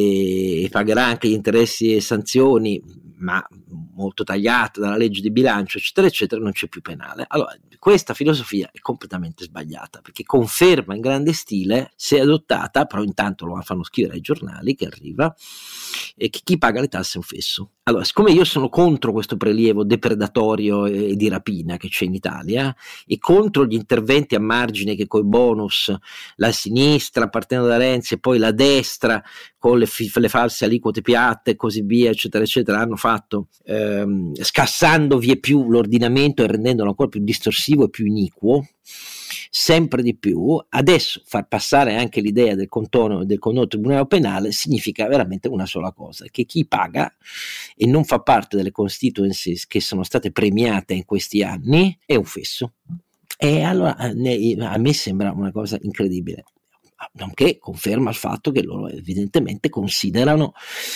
e pagherà anche gli interessi e sanzioni, ma molto tagliato dalla legge di bilancio, eccetera eccetera, non c'è più penale. Allora, questa filosofia è completamente sbagliata, perché conferma in grande stile, se adottata, però intanto lo fanno scrivere ai giornali che arriva, e che chi paga le tasse è un fesso. Allora, siccome io sono contro questo prelievo depredatorio e di rapina che c'è in Italia, e contro gli interventi a margine che coi bonus la sinistra partendo da Renzi e poi la destra con le, f- le false aliquote piatte e così via, eccetera eccetera, hanno fatto, ehm, scassando vie più l'ordinamento e rendendolo ancora più distorsivo e più iniquo, sempre di più, adesso far passare anche l'idea del condono del condono tribunale penale significa veramente una sola cosa, che chi paga e non fa parte delle constituencies che sono state premiate in questi anni è un fesso. E allora a me sembra una cosa incredibile, nonché conferma il fatto che loro evidentemente considerano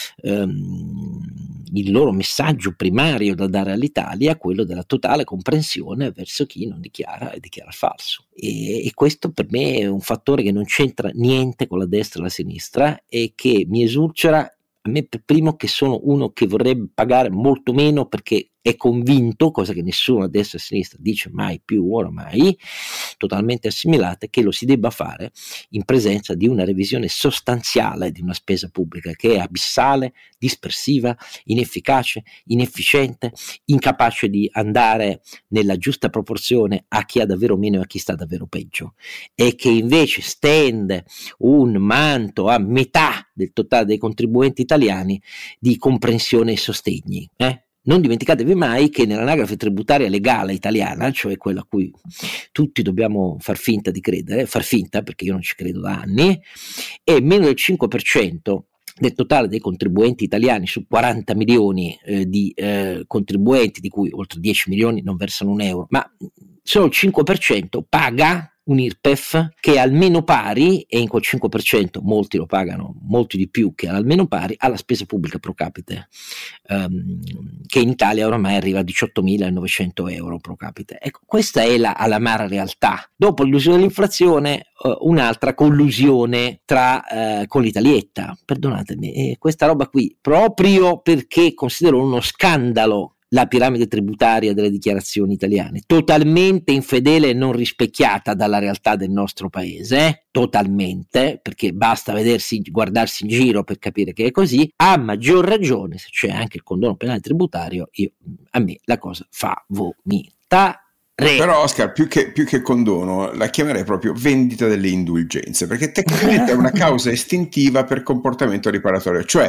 ehm, il loro messaggio primario da dare all'Italia quello della totale comprensione verso chi non dichiara e dichiara falso, e, e questo per me è un fattore che non c'entra niente con la destra e la sinistra e che mi esulcera a me per primo, che sono uno che vorrebbe pagare molto meno perché è convinto, cosa che nessuno a destra e a sinistra dice mai più oramai, totalmente assimilate, che lo si debba fare in presenza di una revisione sostanziale di una spesa pubblica che è abissale, dispersiva, inefficace, inefficiente, incapace di andare nella giusta proporzione a chi ha davvero meno e a chi sta davvero peggio, e che invece stende un manto a metà del totale dei contribuenti italiani di comprensione e sostegni. Eh? Non dimenticatevi mai che nell'anagrafe tributaria legale italiana, cioè quella a cui tutti dobbiamo far finta di credere, far finta perché io non ci credo da anni, è meno del cinque per cento del totale dei contribuenti italiani su quaranta milioni eh, di eh, contribuenti, di cui oltre dieci milioni non versano un euro, ma solo il cinque per cento paga un I R P E F che è almeno pari, e in quel cinque per cento molti lo pagano molti di più, che è almeno pari alla spesa pubblica pro capite, um, che in Italia oramai arriva a diciottomilanovecento euro pro capite. Ecco, questa è la l'amara realtà. Dopo l'illusione dell'inflazione, uh, un'altra collusione tra uh, con l'Italietta, perdonatemi, eh, questa roba qui, proprio perché considero uno scandalo la piramide tributaria delle dichiarazioni italiane, totalmente infedele e non rispecchiata dalla realtà del nostro paese, eh? Totalmente, perché basta vedersi, guardarsi in giro per capire che è così. A maggior ragione, se c'è anche il condono penale tributario, io, a me la cosa fa vomitare. Però Oscar, più che, più che condono, la chiamerei proprio vendita delle indulgenze, perché tecnicamente è una causa estintiva per comportamento riparatorio, cioè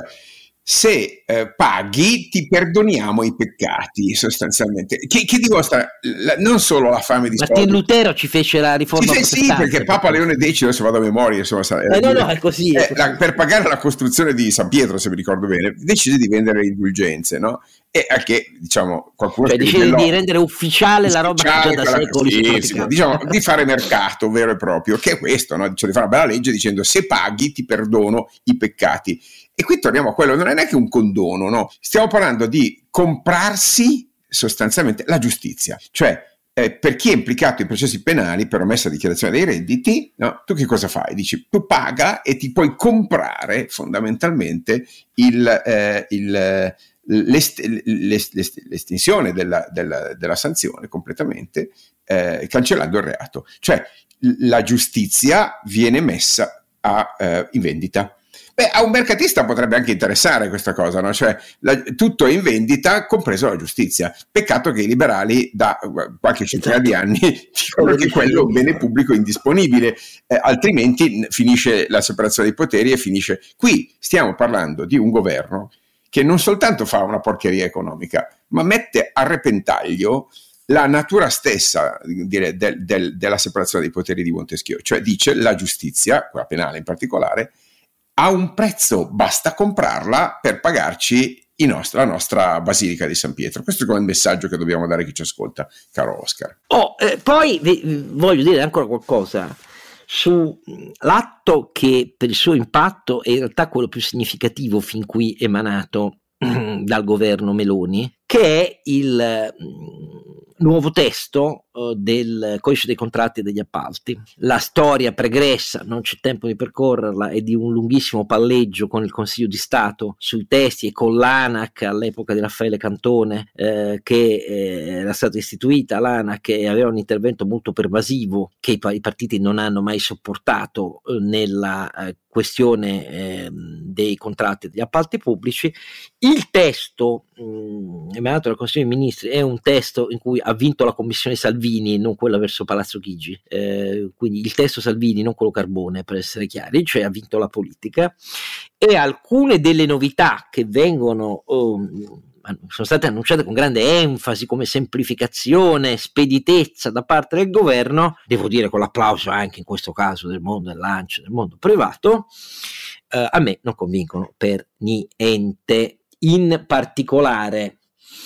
se eh, paghi ti perdoniamo i peccati, sostanzialmente, che, che dimostra la, non solo la fame di Martin Lutero ci fece la riforma sì, sì, sì, perché Papa Leone decimo, adesso vado a memoria, insomma, eh, no, no, è così, è eh, così. La, per pagare la costruzione di San Pietro, se mi ricordo bene, decise di vendere le indulgenze, no? E anche, diciamo, qualcuno cioè decide di rendere ufficiale, ufficiale la roba che già da secoli sì, si sì, diciamo, di fare mercato vero e proprio, che è questo, no? Cioè di fare una bella legge dicendo se paghi ti perdono i peccati. E qui torniamo a quello, non è neanche un condono, no? Stiamo parlando di comprarsi sostanzialmente la giustizia, cioè eh, per chi è implicato in processi penali per omessa dichiarazione dei redditi, no? Tu che cosa fai? Dici, tu paga e ti puoi comprare fondamentalmente il, eh, il L'est, l'est, l'est, l'estinzione della, della, della sanzione completamente, eh, cancellando il reato, cioè la giustizia viene messa a, eh, in vendita. Beh, a un mercatista potrebbe anche interessare questa cosa, no? Cioè la, tutto è in vendita, compreso la giustizia. Peccato che i liberali da qualche centinaia di anni dicono che quello è un bene pubblico indisponibile, eh, altrimenti finisce la separazione dei poteri e finisce. Qui stiamo parlando di un governo che non soltanto fa una porcheria economica, ma mette a repentaglio la natura stessa dire, del, del, della separazione dei poteri di Montesquieu, cioè dice la giustizia, quella penale in particolare, ha un prezzo, basta comprarla per pagarci i nostri, la nostra Basilica di San Pietro. Questo è il messaggio che dobbiamo dare a chi ci ascolta, caro Oscar. Oh, eh, poi vi, voglio dire ancora qualcosa sull'atto che per il suo impatto è in realtà quello più significativo fin qui emanato dal governo Meloni, che è il nuovo testo uh, del codice dei contratti e degli appalti. La storia pregressa, non c'è tempo di percorrerla, è di un lunghissimo palleggio con il Consiglio di Stato sui testi e con l'ANAC all'epoca di Raffaele Cantone, eh, che eh, era stata istituita l'ANAC e aveva un intervento molto pervasivo che i, i partiti non hanno mai sopportato eh, nella eh, questione eh, dei contratti e degli appalti pubblici. Il testo mh, emanato dal Consiglio dei Ministri è un testo in cui ha vinto la commissione Salvini, non quella verso Palazzo Chigi, eh, quindi il testo Salvini, non quello Carbone, per essere chiari, cioè ha vinto la politica, e alcune delle novità che vengono oh, sono state annunciate con grande enfasi come semplificazione, speditezza da parte del governo, devo dire con l'applauso anche in questo caso del mondo del lancio, del mondo privato, eh, a me non convincono per niente. In particolare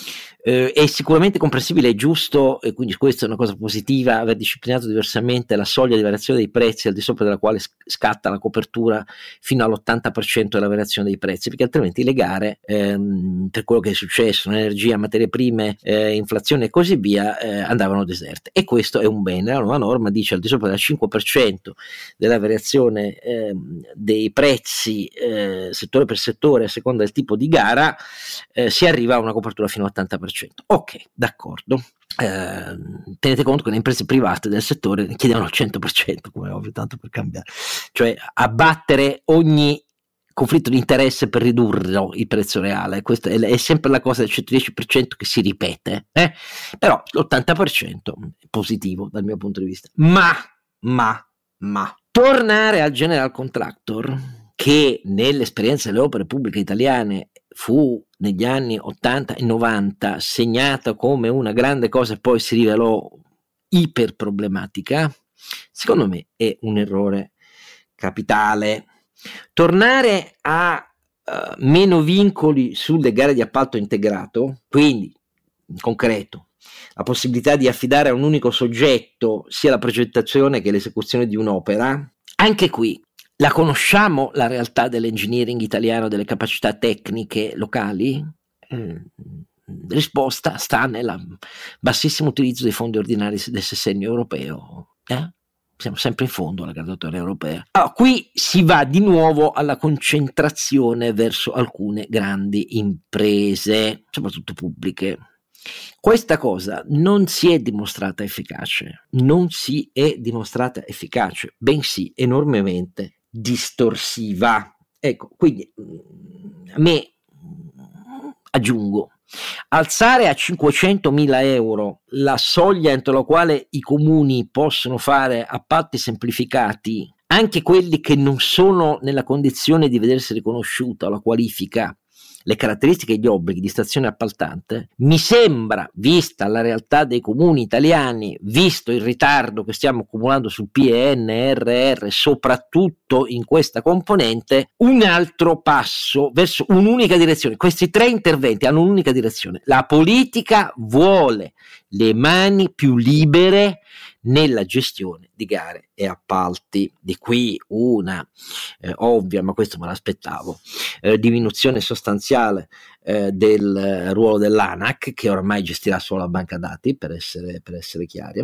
eh, è sicuramente comprensibile e giusto, e quindi questa è una cosa positiva, aver disciplinato diversamente la soglia di variazione dei prezzi al di sopra della quale scatta la copertura fino all'ottanta per cento della variazione dei prezzi, perché altrimenti le gare, ehm, per quello che è successo, energia, materie prime, eh, inflazione e così via, eh, andavano deserte, e questo è un bene. La nuova norma dice al di sopra del cinque per cento della variazione eh, dei prezzi eh, settore per settore a seconda del tipo di gara, eh, si arriva a una copertura fino all'ottanta per cento. Ok, d'accordo. Eh, tenete conto che le imprese private del settore chiedevano il cento per cento, come ovvio, tanto per cambiare, cioè abbattere ogni conflitto di interesse per ridurre il prezzo reale. Questa è, è sempre la cosa del centodieci per cento che si ripete, eh? Però l'ottanta per cento è positivo dal mio punto di vista. Ma, ma, ma tornare al general contractor, che nell'esperienza delle opere pubbliche italiane fu negli anni ottanta e novanta segnata come una grande cosa e poi si rivelò iper problematica, secondo me è un errore capitale. Tornare a uh, meno vincoli sulle gare di appalto integrato, quindi in concreto la possibilità di affidare a un unico soggetto sia la progettazione che l'esecuzione di un'opera, anche qui la conosciamo la realtà dell'engineering italiano, delle capacità tecniche locali? Eh, risposta sta nel bassissimo utilizzo dei fondi ordinari del sessennio europeo. Eh? Siamo sempre in fondo alla graduatoria europea. Allora, qui si va di nuovo alla concentrazione verso alcune grandi imprese, soprattutto pubbliche. Questa cosa non si è dimostrata efficace, non si è dimostrata efficace, bensì enormemente distorsiva. Ecco, quindi a me, aggiungo, alzare a cinquecentomila euro la soglia entro la quale i comuni possono fare appalti semplificati, anche quelli che non sono nella condizione di vedersi riconosciuta la qualifica, le caratteristiche e gli obblighi di stazione appaltante, mi sembra, vista la realtà dei comuni italiani, visto il ritardo che stiamo accumulando sul P N R R, soprattutto in questa componente, un altro passo verso un'unica direzione. Questi tre interventi hanno un'unica direzione: la politica vuole le mani più libere nella gestione di gare e appalti. Di qui una eh, ovvia, ma questo me l'aspettavo, eh, diminuzione sostanziale eh, del ruolo dell'ANAC, che ormai gestirà solo la banca dati, per essere, per essere chiari.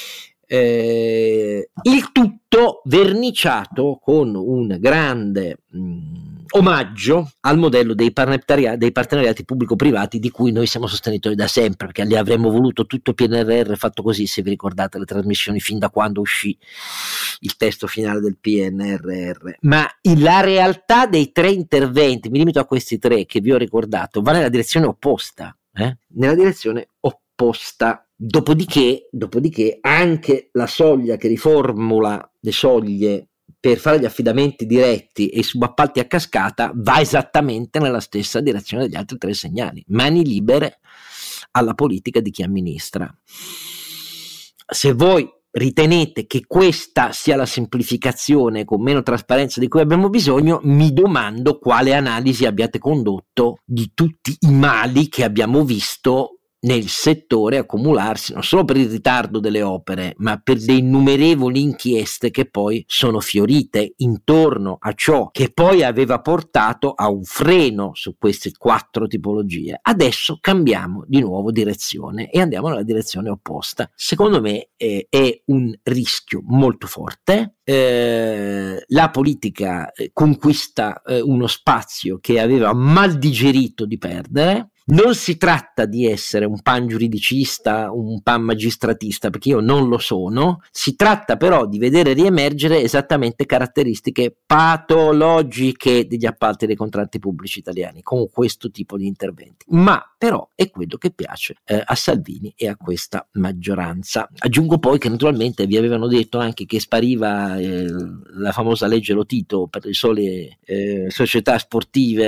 Eh, il tutto verniciato con un grande mh, omaggio al modello dei, partenariati, dei partenariati pubblico-privati, di cui noi siamo sostenitori da sempre, perché li avremmo voluto tutto il P N R R fatto così, se vi ricordate le trasmissioni, fin da quando uscì il testo finale del P N R R. Ma la realtà dei tre interventi, mi limito a questi tre che vi ho ricordato, va nella direzione opposta, eh? nella direzione opposta. Dopodiché, dopodiché anche la soglia che riformula le soglie per fare gli affidamenti diretti e i subappalti a cascata va esattamente nella stessa direzione degli altri tre segnali: mani libere alla politica di chi amministra. Se voi ritenete che questa sia la semplificazione con meno trasparenza di cui abbiamo bisogno, mi domando quale analisi abbiate condotto di tutti i mali che abbiamo visto nel settore accumularsi, non solo per il ritardo delle opere, ma per le innumerevoli inchieste che poi sono fiorite intorno a ciò che poi aveva portato a un freno su queste quattro tipologie. Adesso cambiamo di nuovo direzione e andiamo nella direzione opposta. Secondo me eh, è un rischio molto forte. Eh, la politica eh, conquista eh, uno spazio che aveva mal digerito di perdere. Non si tratta di essere un pan giuridicista, un pan magistratista, perché io non lo sono, si tratta però di vedere riemergere esattamente caratteristiche patologiche degli appalti dei contratti pubblici italiani con questo tipo di interventi, ma però è quello che piace eh, a Salvini e a questa maggioranza. Aggiungo poi che naturalmente vi avevano detto anche che spariva eh, la famosa legge Lotito per le sole eh, società sportive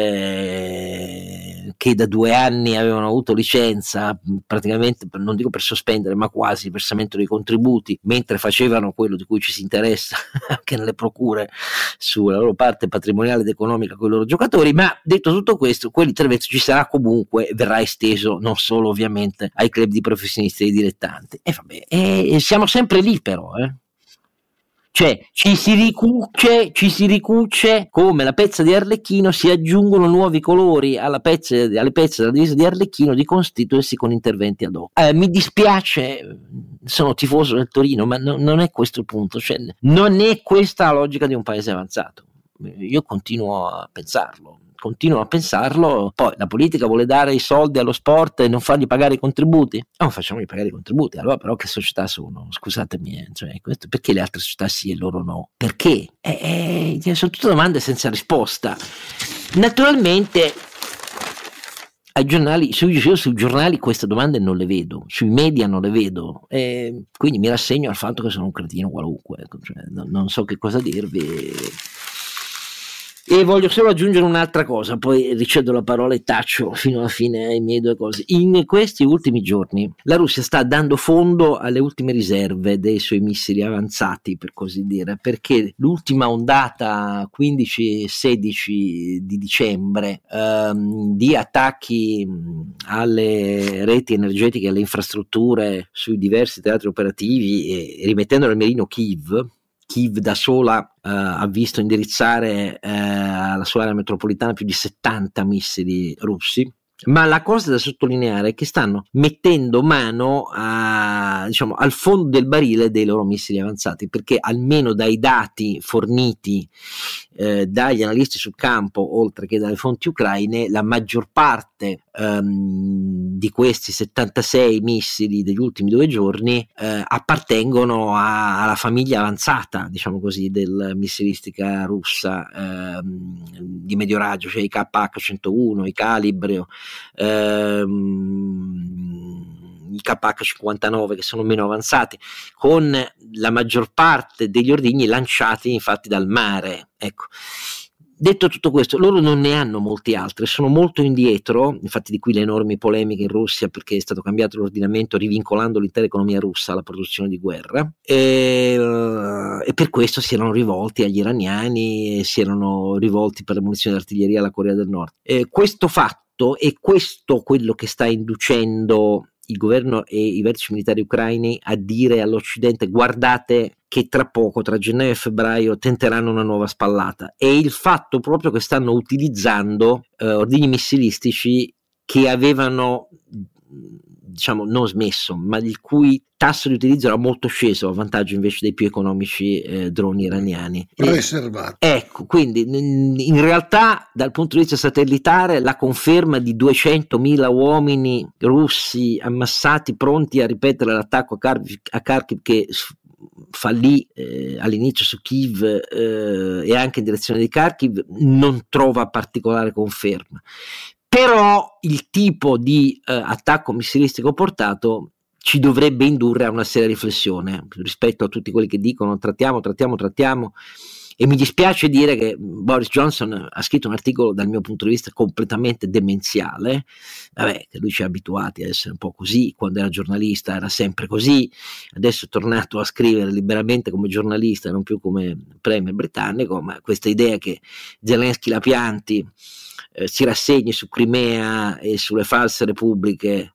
eh, che da due anni anni avevano avuto licenza praticamente, non dico per sospendere, ma quasi versamento dei contributi, mentre facevano quello di cui ci si interessa anche nelle procure sulla loro parte patrimoniale ed economica con i loro giocatori. Ma detto tutto questo, quell'intervento ci sarà comunque, verrà esteso non solo ovviamente ai club di professionisti e di dilettanti, e vabbè, e siamo sempre lì però, eh Cioè ci si ricuce, ci si ricuce come la pezza di Arlecchino, si aggiungono nuovi colori alla pezza, alle pezze della divisa di Arlecchino di costituirsi con interventi ad hoc. Eh, mi dispiace, sono tifoso del Torino, ma no, non è questo il punto, cioè, non è questa la logica di un paese avanzato. Io continuo a pensarlo. Continuo a pensarlo. Poi la politica vuole dare i soldi allo sport e non fargli pagare i contributi? Non facciamogli pagare i contributi. Allora però che società sono? Scusatemi, cioè, questo, perché le altre società sì e loro no? Perché? Eh, eh, sono tutte domande senza risposta. Naturalmente ai giornali, sui, sui giornali queste domande non le vedo, sui media non le vedo, eh, quindi mi rassegno al fatto che sono un cretino qualunque, cioè, non, non so che cosa dirvi. E voglio solo aggiungere un'altra cosa, poi ricedo la parola e taccio fino alla fine ai miei due cose. In questi ultimi giorni la Russia sta dando fondo alle ultime riserve dei suoi missili avanzati, per così dire, perché l'ultima ondata quindici sedici di dicembre ehm, di attacchi alle reti energetiche, alle infrastrutture sui diversi teatri operativi, e rimettendo nel mirino Kiev, Kiev da sola uh, ha visto indirizzare uh, alla sua area metropolitana più di settanta missili russi. Ma la cosa da sottolineare è che stanno mettendo mano a, diciamo, al fondo del barile dei loro missili avanzati, perché almeno dai dati forniti eh, dagli analisti sul campo, oltre che dalle fonti ucraine, la maggior parte ehm, di questi settantasei missili degli ultimi due giorni eh, appartengono a, alla famiglia avanzata, diciamo così, del missilistica russa ehm, di medio raggio, cioè i K H centouno, i Calibrio, Ehm, i K H cinquantanove, che sono meno avanzati, con la maggior parte degli ordigni lanciati infatti dal mare. Ecco, detto tutto questo, loro non ne hanno molti altri, sono molto indietro, infatti di qui le enormi polemiche in Russia, perché è stato cambiato l'ordinamento rivincolando l'intera economia russa alla produzione di guerra, e, uh, e per questo si erano rivolti agli iraniani e si erano rivolti per le munizioni d'artiglieria alla Corea del Nord. E questo fatto e questo quello che sta inducendo il governo e i vertici militari ucraini a dire all'Occidente: guardate che tra poco, tra gennaio e febbraio, tenteranno una nuova spallata, e il fatto proprio che stanno utilizzando eh, ordigni missilistici che avevano, diciamo, non smesso, ma il cui tasso di utilizzo era molto sceso, a vantaggio invece dei più economici eh, droni iraniani riservati. Ecco, quindi in realtà dal punto di vista satellitare la conferma di duecentomila uomini russi ammassati pronti a ripetere l'attacco a Kharkiv, a Kharkiv che fallì eh, all'inizio su Kiev eh, e anche in direzione di Kharkiv non trova particolare conferma. Però il tipo di eh, attacco missilistico portato ci dovrebbe indurre a una seria riflessione rispetto a tutti quelli che dicono trattiamo, trattiamo, trattiamo E mi dispiace dire che Boris Johnson ha scritto un articolo dal mio punto di vista completamente demenziale, vabbè, che lui ci ha abituati a essere un po' così, quando era giornalista era sempre così, adesso è tornato a scrivere liberamente come giornalista, non più come premier britannico, ma questa idea che Zelensky la pianti, eh, si rassegni su Crimea e sulle false repubbliche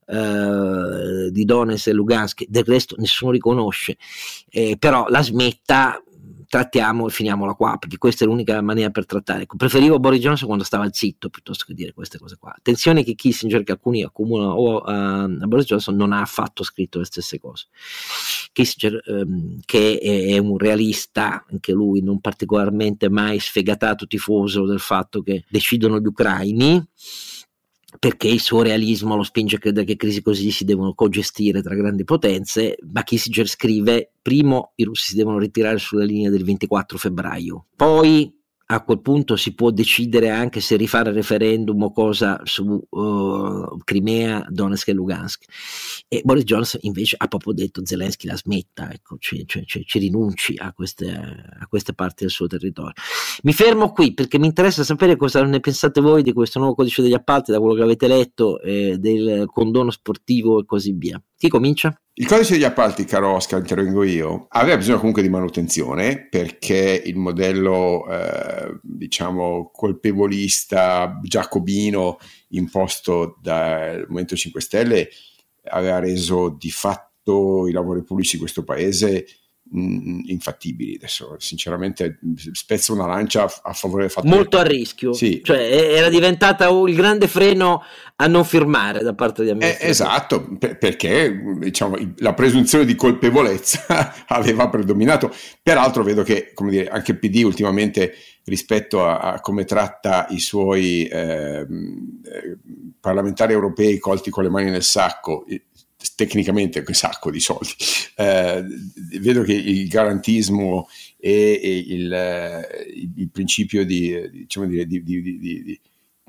eh, di Donetsk e Lugansk, del resto nessuno riconosce, eh, però la smetta, trattiamo e finiamola qua, perché questa è l'unica maniera per trattare. Preferivo Boris Johnson quando stava zitto piuttosto che dire queste cose qua. Attenzione che Kissinger, che alcuni accomunano o a, a Boris Johnson, non ha affatto scritto le stesse cose. Kissinger, ehm, che è, è un realista, anche lui non particolarmente mai sfegatato tifoso del fatto che decidono gli ucraini, perché il suo realismo lo spinge a credere che crisi così si devono cogestire tra grandi potenze, ma Kissinger scrive: primo i russi si devono ritirare sulla linea del ventiquattro febbraio, poi a quel punto si può decidere anche se rifare referendum o cosa su uh, Crimea, Donetsk e Lugansk. E Boris Johnson invece ha proprio detto: Zelensky la smetta, ecco, ci, ci, ci rinunci a queste, a queste parti del suo territorio. Mi fermo qui perché mi interessa sapere cosa ne pensate voi di questo nuovo codice degli appalti, da quello che avete letto, eh, del condono sportivo e così via. Chi comincia? Il codice degli appalti, caro Oscar, intervengo io, aveva bisogno comunque di manutenzione, perché il modello eh, diciamo colpevolista giacobino imposto dal Movimento cinque Stelle aveva reso di fatto i lavori pubblici di questo paese mh, infattibili. Adesso sinceramente spezzo una lancia a, a favore del fatto molto che, a rischio, sì, cioè era diventata il grande freno a non firmare da parte di amministratori. Eh, esatto, per, perché diciamo la presunzione di colpevolezza aveva predominato. Peraltro vedo che, come dire, anche il P D ultimamente, rispetto a, a come tratta i suoi eh, eh, parlamentari europei colti con le mani nel sacco, tecnicamente un sacco di soldi, eh, vedo che il garantismo e, e il, eh, il principio di, diciamo dire, di, di, di, di, di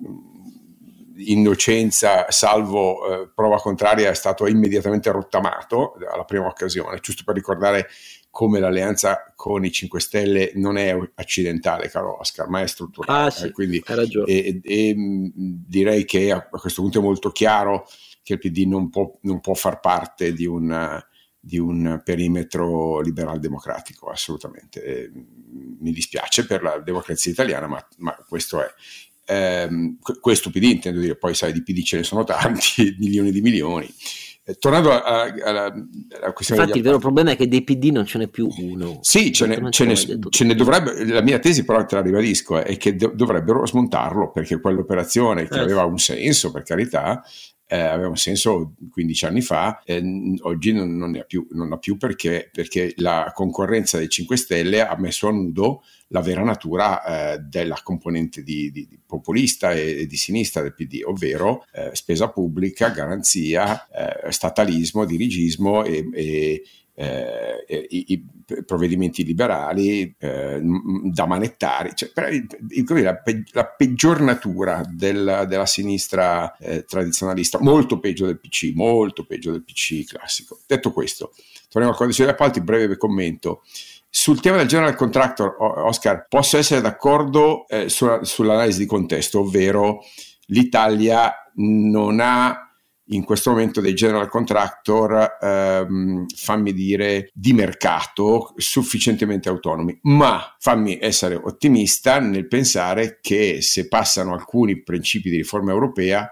innocenza salvo eh, prova contraria è stato immediatamente rottamato alla prima occasione, giusto per ricordare come l'alleanza con i cinque Stelle non è accidentale, caro Oscar, ma è strutturale. Ah, sì, eh, quindi, hai ragione. E, e, direi che a questo punto è molto chiaro che il P D non può, non può far parte di un, di un perimetro liberal democratico, assolutamente. E, mi dispiace per la democrazia italiana, ma, ma questo è. Eh, questo P D, intendo dire, poi sai, di P D ce ne sono tanti, milioni di milioni. Eh, tornando alla, alla, alla questione, infatti il vero problema è che dei P D non ce n'è più uno. Sì, ce ne, ce ne, ce ne dovrebbe. La mia tesi, però, te la ribadisco, è che do, dovrebbero smontarlo, perché quell'operazione che eh. aveva un senso, per carità, eh, aveva un senso quindici anni fa, eh, oggi non, non ne ha più, non ha più perché, perché la concorrenza dei cinque Stelle ha messo a nudo la vera natura eh, della componente di, di, di populista e, e di sinistra del P D, ovvero eh, spesa pubblica, garanzia, eh, statalismo, dirigismo e, e eh, i, i provvedimenti liberali eh, da manettari, cioè, per, la, pe- la peggior natura del, della sinistra eh, tradizionalista, molto peggio del P C, molto peggio del P C classico. Detto questo, torniamo al codice degli appalti, breve commento. Sul tema del general contractor, Oscar, posso essere d'accordo eh, sulla, sull'analisi di contesto, ovvero l'Italia non ha in questo momento dei general contractor, ehm, fammi dire, di mercato sufficientemente autonomi, ma fammi essere ottimista nel pensare che se passano alcuni principi di riforma europea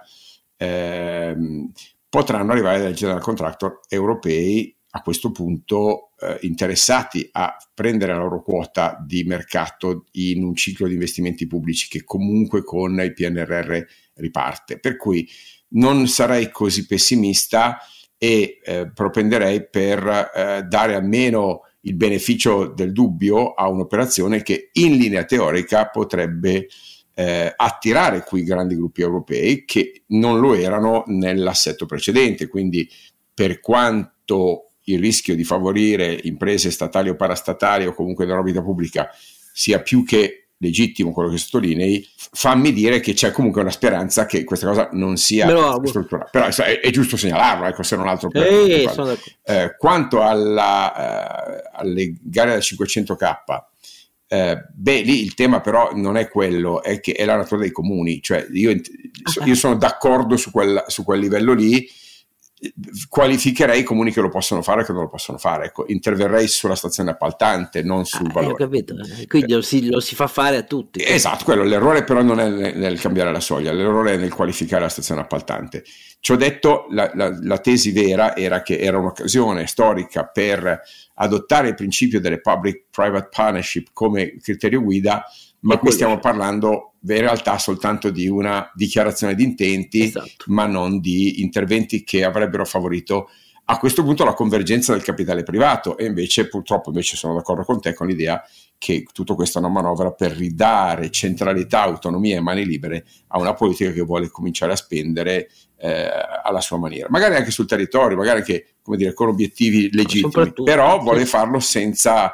ehm, potranno arrivare dai general contractor europei a questo punto eh, interessati a prendere la loro quota di mercato in un ciclo di investimenti pubblici che comunque con il P N R R riparte. Per cui non sarei così pessimista e eh, propenderei per eh, dare almeno il beneficio del dubbio a un'operazione che in linea teorica potrebbe eh, attirare quei grandi gruppi europei che non lo erano nell'assetto precedente. Quindi, per quanto il rischio di favorire imprese statali o parastatali o comunque dell'orbita pubblica sia più che legittimo, quello che sottolinei, fammi dire che c'è comunque una speranza che questa cosa non sia strutturale. Però è, è giusto segnalarlo, ecco, se non altro per Ehi, eh, quanto alla, eh, alle gare da cinquecento K, Eh, beh, lì il tema però non è quello, è che è la natura dei comuni, cioè io, io sono d'accordo su quel, su quel livello lì, qualificherei i comuni che lo possono fare e che non lo possono fare, ecco, interverrei sulla stazione appaltante, non sul ah, valore. Ho capito. Quindi lo si, lo si fa fare a tutti. Esatto, quello, l'errore però non è nel, nel cambiare la soglia, l'errore è nel qualificare la stazione appaltante. Ci ho detto, la, la, la tesi vera era che era un'occasione storica per adottare il principio delle public-private partnership come criterio guida, ma qui stiamo parlando in realtà soltanto di una dichiarazione di intenti, esatto, ma non di interventi che avrebbero favorito a questo punto la convergenza del capitale privato, e invece purtroppo invece sono d'accordo con te con l'idea che tutto questo è una manovra per ridare centralità, autonomia e mani libere a una politica che vuole cominciare a spendere eh, alla sua maniera, magari anche sul territorio, magari anche, come dire, con obiettivi legittimi, però vuole farlo senza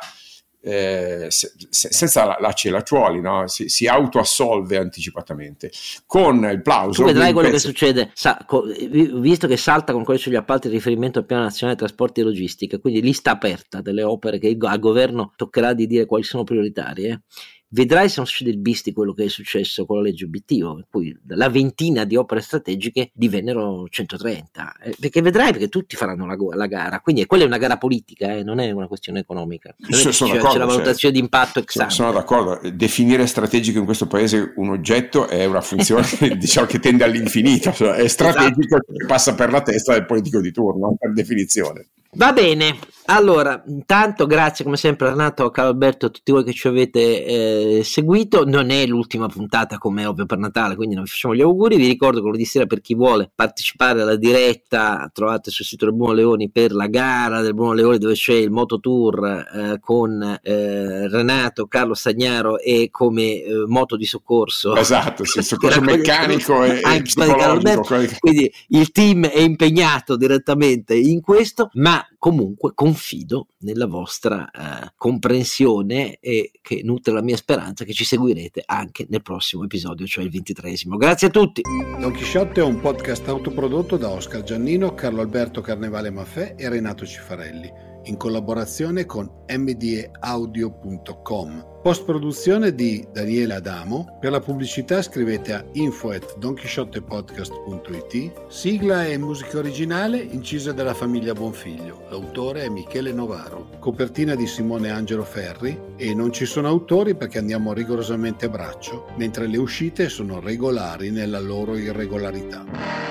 Eh, se, se, senza lacci e lacciuoli, no? si, si autoassolve anticipatamente con il plauso. Tu vedrai quello pezzo... che succede, sa, co, visto che salta con quello sugli appalti il riferimento al piano nazionale trasporti e logistica, quindi lista aperta delle opere che il, al governo toccherà di dire quali sono prioritarie. Vedrai se non succede il bis di quello che è successo con la legge obiettivo, in cui la ventina di opere strategiche divennero centotrenta, eh, perché vedrai, perché tutti faranno la, la gara, quindi quella è una gara politica, eh, non è una questione economica, non c'è, c'è, c'è la valutazione cioè, di impatto ex ante. Sono d'accordo, definire strategico in questo paese un oggetto è una funzione diciamo che tende all'infinito, cioè è strategico, esatto, che passa per la testa del politico di turno, per definizione. Va bene, allora intanto grazie come sempre a Renato, a Carlo Alberto, a tutti voi che ci avete eh, seguito. Non è l'ultima puntata come è ovvio per Natale, quindi non vi facciamo gli auguri. Vi ricordo che lunedì sera, per chi vuole partecipare alla diretta, trovate sul sito del Bruno Leoni per la gara del Bruno Leoni, dove c'è il Moto Tour eh, con eh, Renato, Carlo Stagnaro e come eh, moto di soccorso, esatto, sì, soccorso meccanico e, e psicologico, quindi il team è impegnato direttamente in questo, ma comunque confido nella vostra eh, comprensione e che nutre la mia speranza che ci seguirete anche nel prossimo episodio, cioè il ventitreesimo. Grazie a tutti. Don Chisciotte è un podcast autoprodotto da Oscar Giannino, Carlo Alberto Carnevale Maffè e Renato Cifarelli, in collaborazione con m d e audio punto com. Post produzione di Daniele Adamo. Per la pubblicità scrivete a info at donchisciottepodcast punto it. Sigla e musica originale incisa dalla famiglia Bonfiglio. L'autore è Michele Novaro. Copertina di Simone Angelo Ferri, e non ci sono autori perché andiamo rigorosamente a braccio, mentre le uscite sono regolari nella loro irregolarità.